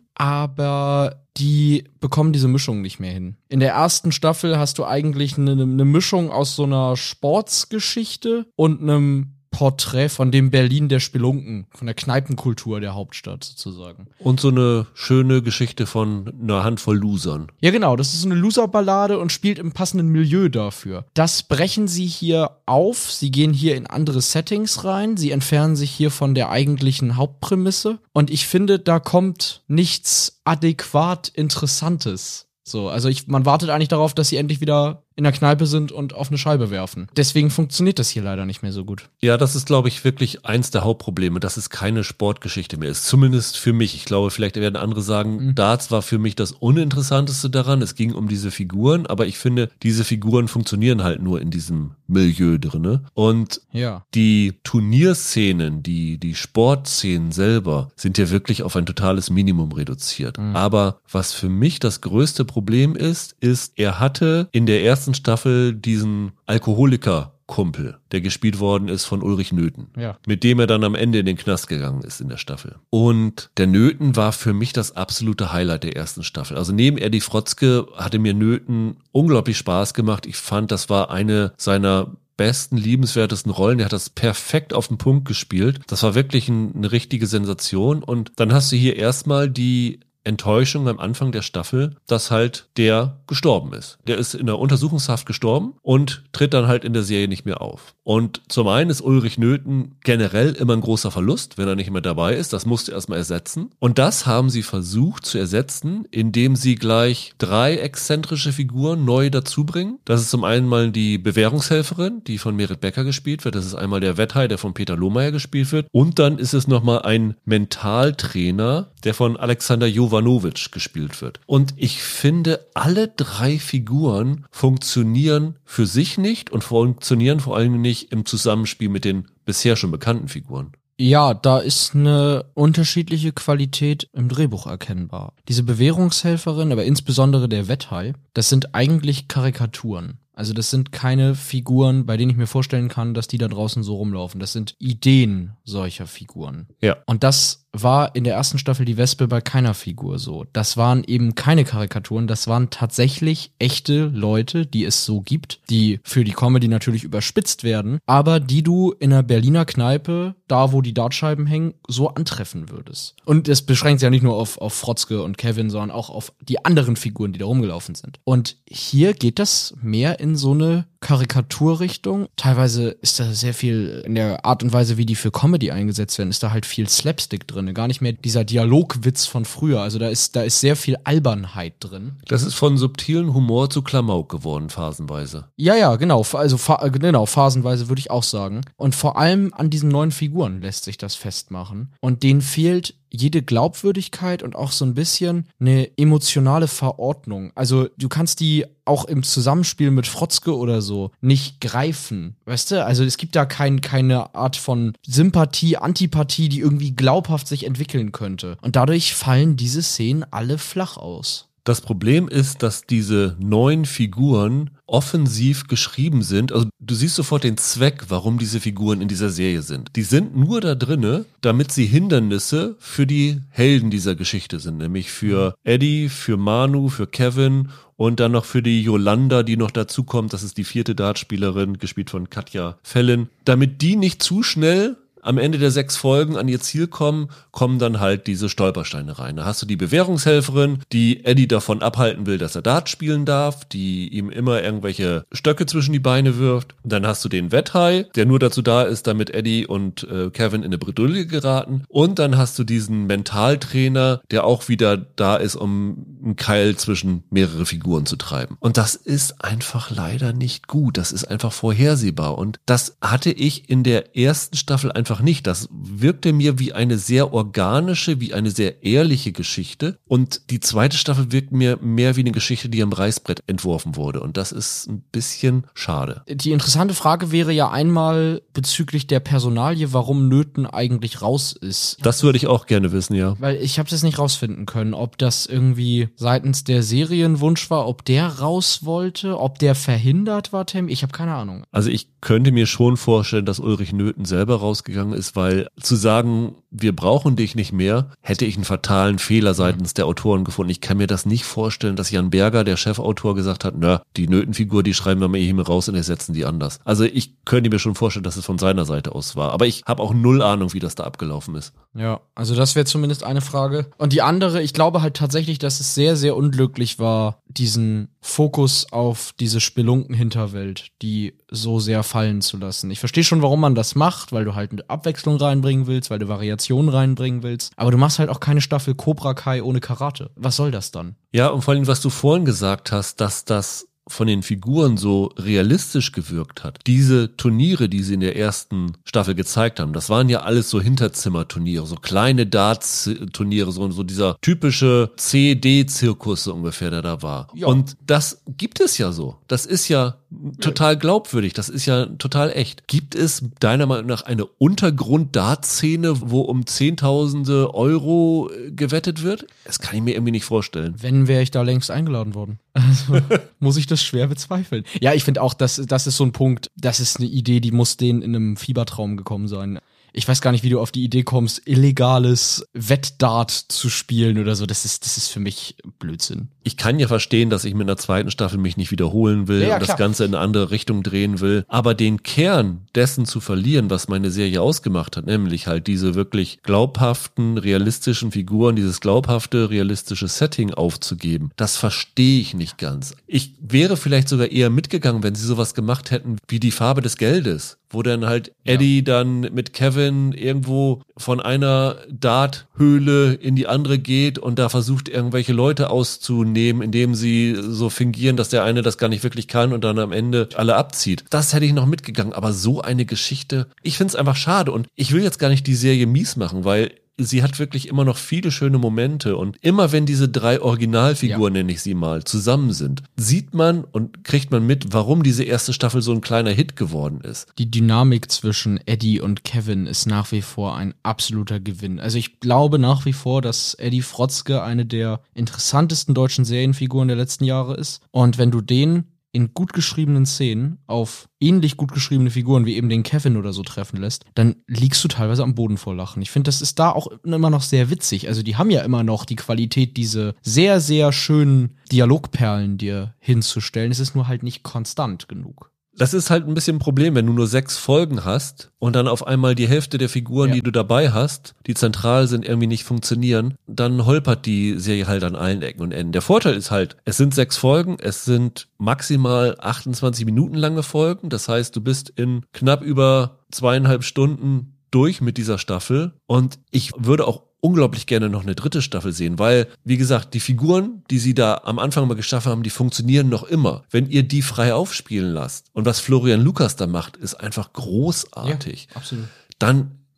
aber die bekommen diese Mischung nicht mehr hin. In der ersten Staffel hast du eigentlich eine, eine Mischung aus so einer Sportsgeschichte und einem Porträt von dem Berlin der Spelunken, von der Kneipenkultur der Hauptstadt sozusagen. Und so eine schöne Geschichte von einer Handvoll Losern. Ja genau, das ist so eine Loser-Ballade und spielt im passenden Milieu dafür. Das brechen sie hier auf, sie gehen hier in andere Settings rein, sie entfernen sich hier von der eigentlichen Hauptprämisse und ich finde, da kommt nichts adäquat Interessantes. So, also ich, man wartet eigentlich darauf, dass sie endlich wieder in der Kneipe sind und auf eine Scheibe werfen. Deswegen funktioniert das hier leider nicht mehr so gut. Ja, das ist, glaube ich, wirklich eins der Hauptprobleme, dass es keine Sportgeschichte mehr ist. Zumindest für mich. Ich glaube, vielleicht werden andere sagen, mhm. Darts war für mich das Uninteressanteste daran. Es ging um diese Figuren, aber ich finde, diese Figuren funktionieren halt nur in diesem Milieu drinne. Und ja. die Turnierszenen, die, die Sportszenen selber sind ja wirklich auf ein totales Minimum reduziert. Mhm. Aber was für mich das größte Problem ist, ist, er hatte in der ersten Staffel diesen Alkoholiker-Kumpel, der gespielt worden ist von Ulrich Nöthen, ja. mit dem er dann am Ende in den Knast gegangen ist in der Staffel. Und der Nöthen war für mich das absolute Highlight der ersten Staffel. Also neben Eddie Frotzke hatte mir Nöthen unglaublich Spaß gemacht. Ich fand, das war eine seiner besten, liebenswertesten Rollen. Er hat das perfekt auf den Punkt gespielt. Das war wirklich ein, eine richtige Sensation. Und dann hast du hier erstmal die Enttäuschung am Anfang der Staffel, dass halt der gestorben ist. Der ist in der Untersuchungshaft gestorben und tritt dann halt in der Serie nicht mehr auf. Und zum einen ist Ulrich Nöthen generell immer ein großer Verlust, wenn er nicht mehr dabei ist. Das musste erstmal ersetzen. Und das haben sie versucht zu ersetzen, indem sie gleich drei exzentrische Figuren neu dazu bringen. Das ist zum einen mal die Bewährungshelferin, die von Merit Becker gespielt wird. Das ist einmal der Wetthai, der von Peter Lohmeier gespielt wird. Und dann ist es nochmal ein Mentaltrainer, der von Alexander Jovanovic gespielt wird. Und ich finde, alle drei Figuren funktionieren für sich nicht und funktionieren vor allem nicht im Zusammenspiel mit den bisher schon bekannten Figuren. Ja, da ist eine unterschiedliche Qualität im Drehbuch erkennbar. Diese Bewährungshelferin, aber insbesondere der Wetthai, das sind eigentlich Karikaturen. Also das sind keine Figuren, bei denen ich mir vorstellen kann, dass die da draußen so rumlaufen. Das sind Ideen solcher Figuren. Ja. Und das war in der ersten Staffel die Wespe bei keiner Figur so. Das waren eben keine Karikaturen, das waren tatsächlich echte Leute, die es so gibt, die für die Comedy natürlich überspitzt werden, aber die du in einer Berliner Kneipe, da wo die Dartscheiben hängen, so antreffen würdest. Und es beschränkt sich ja nicht nur auf, auf Frotzke und Kevin, sondern auch auf die anderen Figuren, die da rumgelaufen sind. Und hier geht das mehr in so eine Karikaturrichtung. Teilweise ist da sehr viel in der Art und Weise, wie die für Comedy eingesetzt werden, ist da halt viel Slapstick drin. Gar nicht mehr dieser Dialogwitz von früher. Also da ist, da ist sehr viel Albernheit drin. Das ist von subtilen Humor zu Klamauk geworden, phasenweise. Ja, ja, genau. Also genau, phasenweise würde ich auch sagen. Und vor allem an diesen neuen Figuren lässt sich das festmachen. Und denen fehlt jede Glaubwürdigkeit und auch so ein bisschen eine emotionale Verordnung. Also du kannst die auch im Zusammenspiel mit Frotzke oder so nicht greifen, weißt du? Also es gibt da kein, keine Art von Sympathie, Antipathie, die irgendwie glaubhaft sich entwickeln könnte. Und dadurch fallen diese Szenen alle flach aus. Das Problem ist, dass diese neuen Figuren offensiv geschrieben sind. Also du siehst sofort den Zweck, warum diese Figuren in dieser Serie sind. Die sind nur da drinne, damit sie Hindernisse für die Helden dieser Geschichte sind. Nämlich für Eddie, für Manu, für Kevin und dann noch für die Yolanda, die noch dazukommt. Das ist die vierte Dartspielerin, gespielt von Katja Fellin. Damit die nicht zu schnell am Ende der sechs Folgen an ihr Ziel kommen, kommen dann halt diese Stolpersteine rein. Da hast du die Bewährungshelferin, die Eddie davon abhalten will, dass er Dart spielen darf, die ihm immer irgendwelche Stöcke zwischen die Beine wirft. Dann hast du den Wetthai, der nur dazu da ist, damit Eddie und äh, Kevin in eine Bredouille geraten. Und dann hast du diesen Mentaltrainer, der auch wieder da ist, um einen Keil zwischen mehrere Figuren zu treiben. Und das ist einfach leider nicht gut. Das ist einfach vorhersehbar. Und das hatte ich in der ersten Staffel einfach nicht. Das wirkte mir wie eine sehr organische, wie eine sehr ehrliche Geschichte. Und die zweite Staffel wirkt mir mehr wie eine Geschichte, die am Reißbrett entworfen wurde. Und das ist ein bisschen schade. Die interessante Frage wäre ja einmal bezüglich der Personalie, warum Nöten eigentlich raus ist. Das würde ich auch gerne wissen, ja. Weil ich habe das nicht rausfinden können, ob das irgendwie seitens der Serienwunsch war, ob der raus wollte, ob der verhindert war, Tim. Ich habe keine Ahnung. Also ich könnte mir schon vorstellen, dass Ulrich Nöten selber rausgegangen ist, weil zu sagen, wir brauchen dich nicht mehr, hätte ich einen fatalen Fehler seitens der Autoren gefunden. Ich kann mir das nicht vorstellen, dass Jan Berger, der Chefautor, gesagt hat, na, die Nötenfigur, die schreiben wir mal eben raus und ersetzen die anders. Also ich könnte mir schon vorstellen, dass es von seiner Seite aus war. Aber ich habe auch null Ahnung, wie das da abgelaufen ist. Ja, also das wäre zumindest eine Frage. Und die andere, ich glaube halt tatsächlich, dass es sehr, sehr unglücklich war, diesen Fokus auf diese Spelunken-Hinterwelt, die so sehr fallen zu lassen. Ich verstehe schon, warum man das macht, weil du halt eine Abwechslung reinbringen willst, weil du Variationen reinbringen willst. Aber du machst halt auch keine Staffel Cobra Kai ohne Karate. Was soll das dann? Ja, und vor allem, was du vorhin gesagt hast, dass das von den Figuren so realistisch gewirkt hat. Diese Turniere, die sie in der ersten Staffel gezeigt haben, das waren ja alles so Hinterzimmerturniere, so kleine Darts-Turniere, so, so dieser typische C D-Zirkus so ungefähr, der da war. Ja. Und das gibt es ja so. Das ist ja total glaubwürdig, das ist ja total echt. Gibt es deiner Meinung nach eine Untergrund-Dart-Szene, wo um Zehntausende Euro gewettet wird? Das kann ich mir irgendwie nicht vorstellen. Wenn, wäre ich da längst eingeladen worden. Also muss ich das schwer bezweifeln. Ja, ich finde auch, das, das ist so ein Punkt, das ist eine Idee, die muss denen in einem Fiebertraum gekommen sein. Ich weiß gar nicht, wie du auf die Idee kommst, illegales Wettdart zu spielen oder so. Das ist, das ist für mich Blödsinn. Ich kann ja verstehen, dass ich mit einer zweiten Staffel mich nicht wiederholen will, ja, ja, und das Ganze in eine andere Richtung drehen will. Aber den Kern dessen zu verlieren, was meine Serie ausgemacht hat, nämlich halt diese wirklich glaubhaften, realistischen Figuren, dieses glaubhafte, realistische Setting aufzugeben, das verstehe ich nicht ganz. Ich wäre vielleicht sogar eher mitgegangen, wenn sie sowas gemacht hätten wie die Farbe des Geldes, wo dann halt Eddie ja. dann mit Kevin irgendwo von einer Darthöhle in die andere geht und da versucht, irgendwelche Leute auszunehmen, indem sie so fingieren, dass der eine das gar nicht wirklich kann und dann am Ende alle abzieht. Das hätte ich noch mitgegangen, aber so eine Geschichte, ich finde es einfach schade und ich will jetzt gar nicht die Serie mies machen, weil sie hat wirklich immer noch viele schöne Momente und immer wenn diese drei Originalfiguren, ja. nenne ich sie mal, zusammen sind, sieht man und kriegt man mit, warum diese erste Staffel so ein kleiner Hit geworden ist. Die Dynamik zwischen Eddie und Kevin ist nach wie vor ein absoluter Gewinn. Also ich glaube nach wie vor, dass Eddie Frotzke eine der interessantesten deutschen Serienfiguren der letzten Jahre ist und wenn du den in gut geschriebenen Szenen auf ähnlich gut geschriebene Figuren wie eben den Kevin oder so treffen lässt, dann liegst du teilweise am Boden vor Lachen. Ich finde, das ist da auch immer noch sehr witzig. Also die haben ja immer noch die Qualität, diese sehr, sehr schönen Dialogperlen dir hinzustellen. Es ist nur halt nicht konstant genug. Das ist halt ein bisschen ein Problem, wenn du nur sechs Folgen hast und dann auf einmal die Hälfte der Figuren, ja. die du dabei hast, die zentral sind, irgendwie nicht funktionieren, dann holpert die Serie halt an allen Ecken und Enden. Der Vorteil ist halt, es sind sechs Folgen, es sind maximal achtundzwanzig Minuten lange Folgen, das heißt, du bist in knapp über zweieinhalb Stunden durch mit dieser Staffel und ich würde auch unglaublich gerne noch eine dritte Staffel sehen, weil, wie gesagt, die Figuren, die sie da am Anfang mal geschaffen haben, die funktionieren noch immer. Wenn ihr die frei aufspielen lasst und was Florian Lukas da macht, ist einfach großartig. Ja, absolut. Dann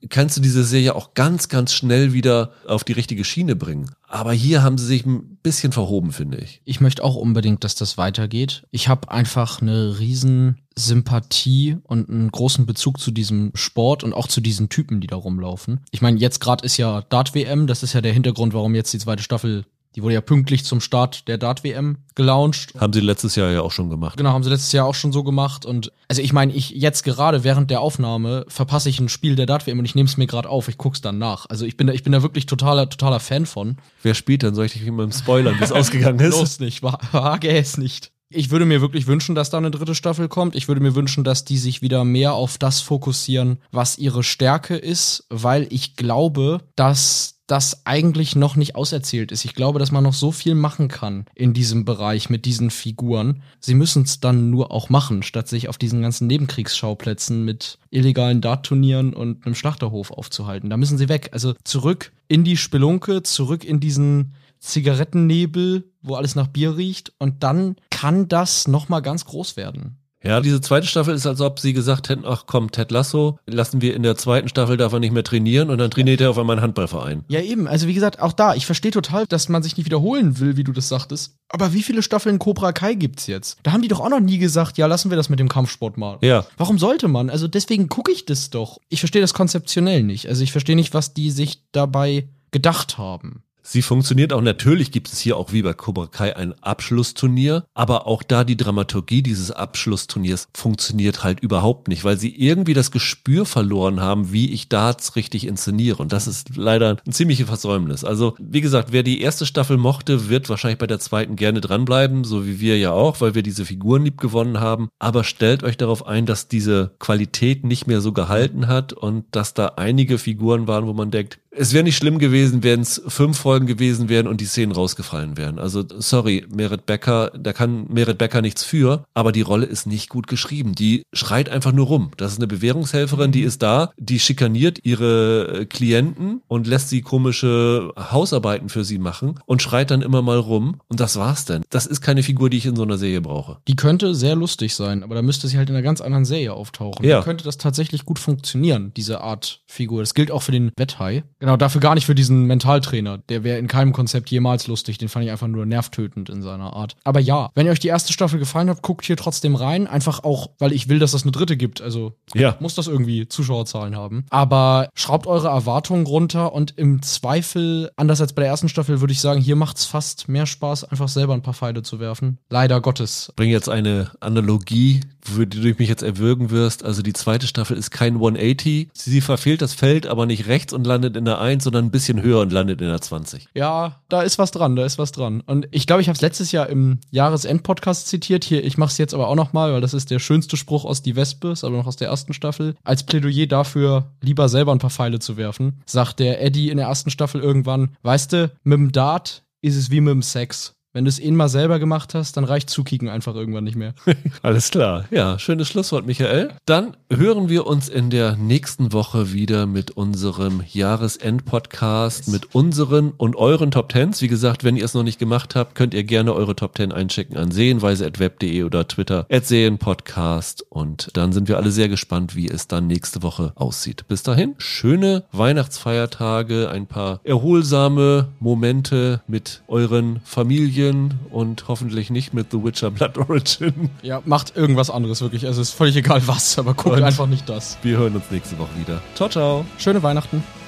kannst du diese Serie auch ganz, ganz schnell wieder auf die richtige Schiene bringen. Aber hier haben sie sich ein bisschen verhoben, finde ich. Ich möchte auch unbedingt, dass das weitergeht. Ich habe einfach eine riesen Sympathie und einen großen Bezug zu diesem Sport und auch zu diesen Typen, die da rumlaufen. Ich meine, jetzt gerade ist ja Dart-W M, das ist ja der Hintergrund, warum jetzt die zweite Staffel, die wurde ja pünktlich zum Start der Dart-W M gelauncht. Haben sie letztes Jahr ja auch schon gemacht. Genau, haben sie letztes Jahr auch schon so gemacht. Und also ich meine, ich jetzt gerade während der Aufnahme verpasse ich ein Spiel der Dart-W M und ich nehme es mir gerade auf, ich guck's dann nach. Also ich bin da, ich bin da wirklich totaler, totaler Fan von. Wer spielt dann? Soll ich dich mal spoilern, wie es ausgegangen ist? Los nicht, wage es nicht. Ich würde mir wirklich wünschen, dass da eine dritte Staffel kommt. Ich würde mir wünschen, dass die sich wieder mehr auf das fokussieren, was ihre Stärke ist, weil ich glaube, dass das eigentlich noch nicht auserzählt ist. Ich glaube, dass man noch so viel machen kann in diesem Bereich mit diesen Figuren. Sie müssen es dann nur auch machen, statt sich auf diesen ganzen Nebenkriegsschauplätzen mit illegalen Dartturnieren und einem Schlachterhof aufzuhalten. Da müssen sie weg. Also zurück in die Spelunke, zurück in diesen Zigarettennebel, wo alles nach Bier riecht. Und dann kann das noch mal ganz groß werden. Ja, diese zweite Staffel ist, als ob sie gesagt hätten, ach komm, Ted Lasso, lassen wir in der zweiten Staffel, darf er nicht mehr trainieren und dann trainiert er auf einmal einen Handballverein. Ja eben, also wie gesagt, auch da, ich verstehe total, dass man sich nicht wiederholen will, wie du das sagtest. Aber wie viele Staffeln Cobra Kai gibt's jetzt? Da haben die doch auch noch nie gesagt, ja, lassen wir das mit dem Kampfsport mal. Ja. Warum sollte man? Also deswegen gucke ich das doch. Ich verstehe das konzeptionell nicht. Also ich verstehe nicht, was die sich dabei gedacht haben. Sie funktioniert auch, natürlich gibt es hier auch wie bei Cobra Kai ein Abschlussturnier, aber auch da die Dramaturgie dieses Abschlussturniers funktioniert halt überhaupt nicht, weil sie irgendwie das Gespür verloren haben, wie ich Darts richtig inszeniere und das ist leider ein ziemliches Versäumnis. Also wie gesagt, wer die erste Staffel mochte, wird wahrscheinlich bei der zweiten gerne dranbleiben, so wie wir ja auch, weil wir diese Figuren lieb gewonnen haben, aber stellt euch darauf ein, dass diese Qualität nicht mehr so gehalten hat und dass da einige Figuren waren, wo man denkt, es wäre nicht schlimm gewesen, wenn es fünf Folgen gewesen wären und die Szenen rausgefallen wären. Also sorry, Merit Becker, da kann Merit Becker nichts für, aber die Rolle ist nicht gut geschrieben. Die schreit einfach nur rum. Das ist eine Bewährungshelferin, die ist da, die schikaniert ihre Klienten und lässt sie komische Hausarbeiten für sie machen und schreit dann immer mal rum und das war's denn. Das ist keine Figur, die ich in so einer Serie brauche. Die könnte sehr lustig sein, aber da müsste sie halt in einer ganz anderen Serie auftauchen. Ja. Da könnte das tatsächlich gut funktionieren, diese Art Figur. Das gilt auch für den Wetthai. Genau, dafür gar nicht für diesen Mentaltrainer. Der wäre in keinem Konzept jemals lustig. Den fand ich einfach nur nervtötend in seiner Art. Aber ja, wenn ihr euch die erste Staffel gefallen hat, guckt hier trotzdem rein. Einfach auch, weil ich will, dass das eine dritte gibt. Also ja. Muss das irgendwie Zuschauerzahlen haben. Aber schraubt eure Erwartungen runter und im Zweifel, anders als bei der ersten Staffel, würde ich sagen, hier macht's fast mehr Spaß, einfach selber ein paar Pfeile zu werfen. Leider Gottes. Ich bringe jetzt eine Analogie, für die du mich jetzt erwürgen wirst. Also die zweite Staffel ist kein hundertachtzig. Sie verfehlt das Feld, aber nicht rechts und landet in der eins, sondern ein bisschen höher und landet in der zwanzig. Ja, da ist was dran, da ist was dran. Und ich glaube, ich habe es letztes Jahr im Jahresend-Podcast zitiert. Hier, ich mache es jetzt aber auch noch mal, weil das ist der schönste Spruch aus Die Wespe, ist aber noch aus der ersten Staffel. Als Plädoyer dafür, lieber selber ein paar Pfeile zu werfen, sagt der Eddie in der ersten Staffel irgendwann, weißt du, mit dem Dart ist es wie mit dem Sex. Wenn du es eh mal selber gemacht hast, dann reicht Zukicken einfach irgendwann nicht mehr. Alles klar. Ja, schönes Schlusswort, Michael. Dann hören wir uns in der nächsten Woche wieder mit unserem Jahresend-Podcast, mit unseren und euren Top Tens. Wie gesagt, wenn ihr es noch nicht gemacht habt, könnt ihr gerne eure Top Ten einschicken an sehenweise at web punkt de oder Twitter at sehenpodcast. Und dann sind wir alle sehr gespannt, wie es dann nächste Woche aussieht. Bis dahin, schöne Weihnachtsfeiertage, ein paar erholsame Momente mit euren Familien und hoffentlich nicht mit The Witcher Blood Origin. Ja, macht irgendwas anderes wirklich. Also ist völlig egal was, aber guckt und einfach nicht das. Wir hören uns nächste Woche wieder. Ciao, ciao. Schöne Weihnachten.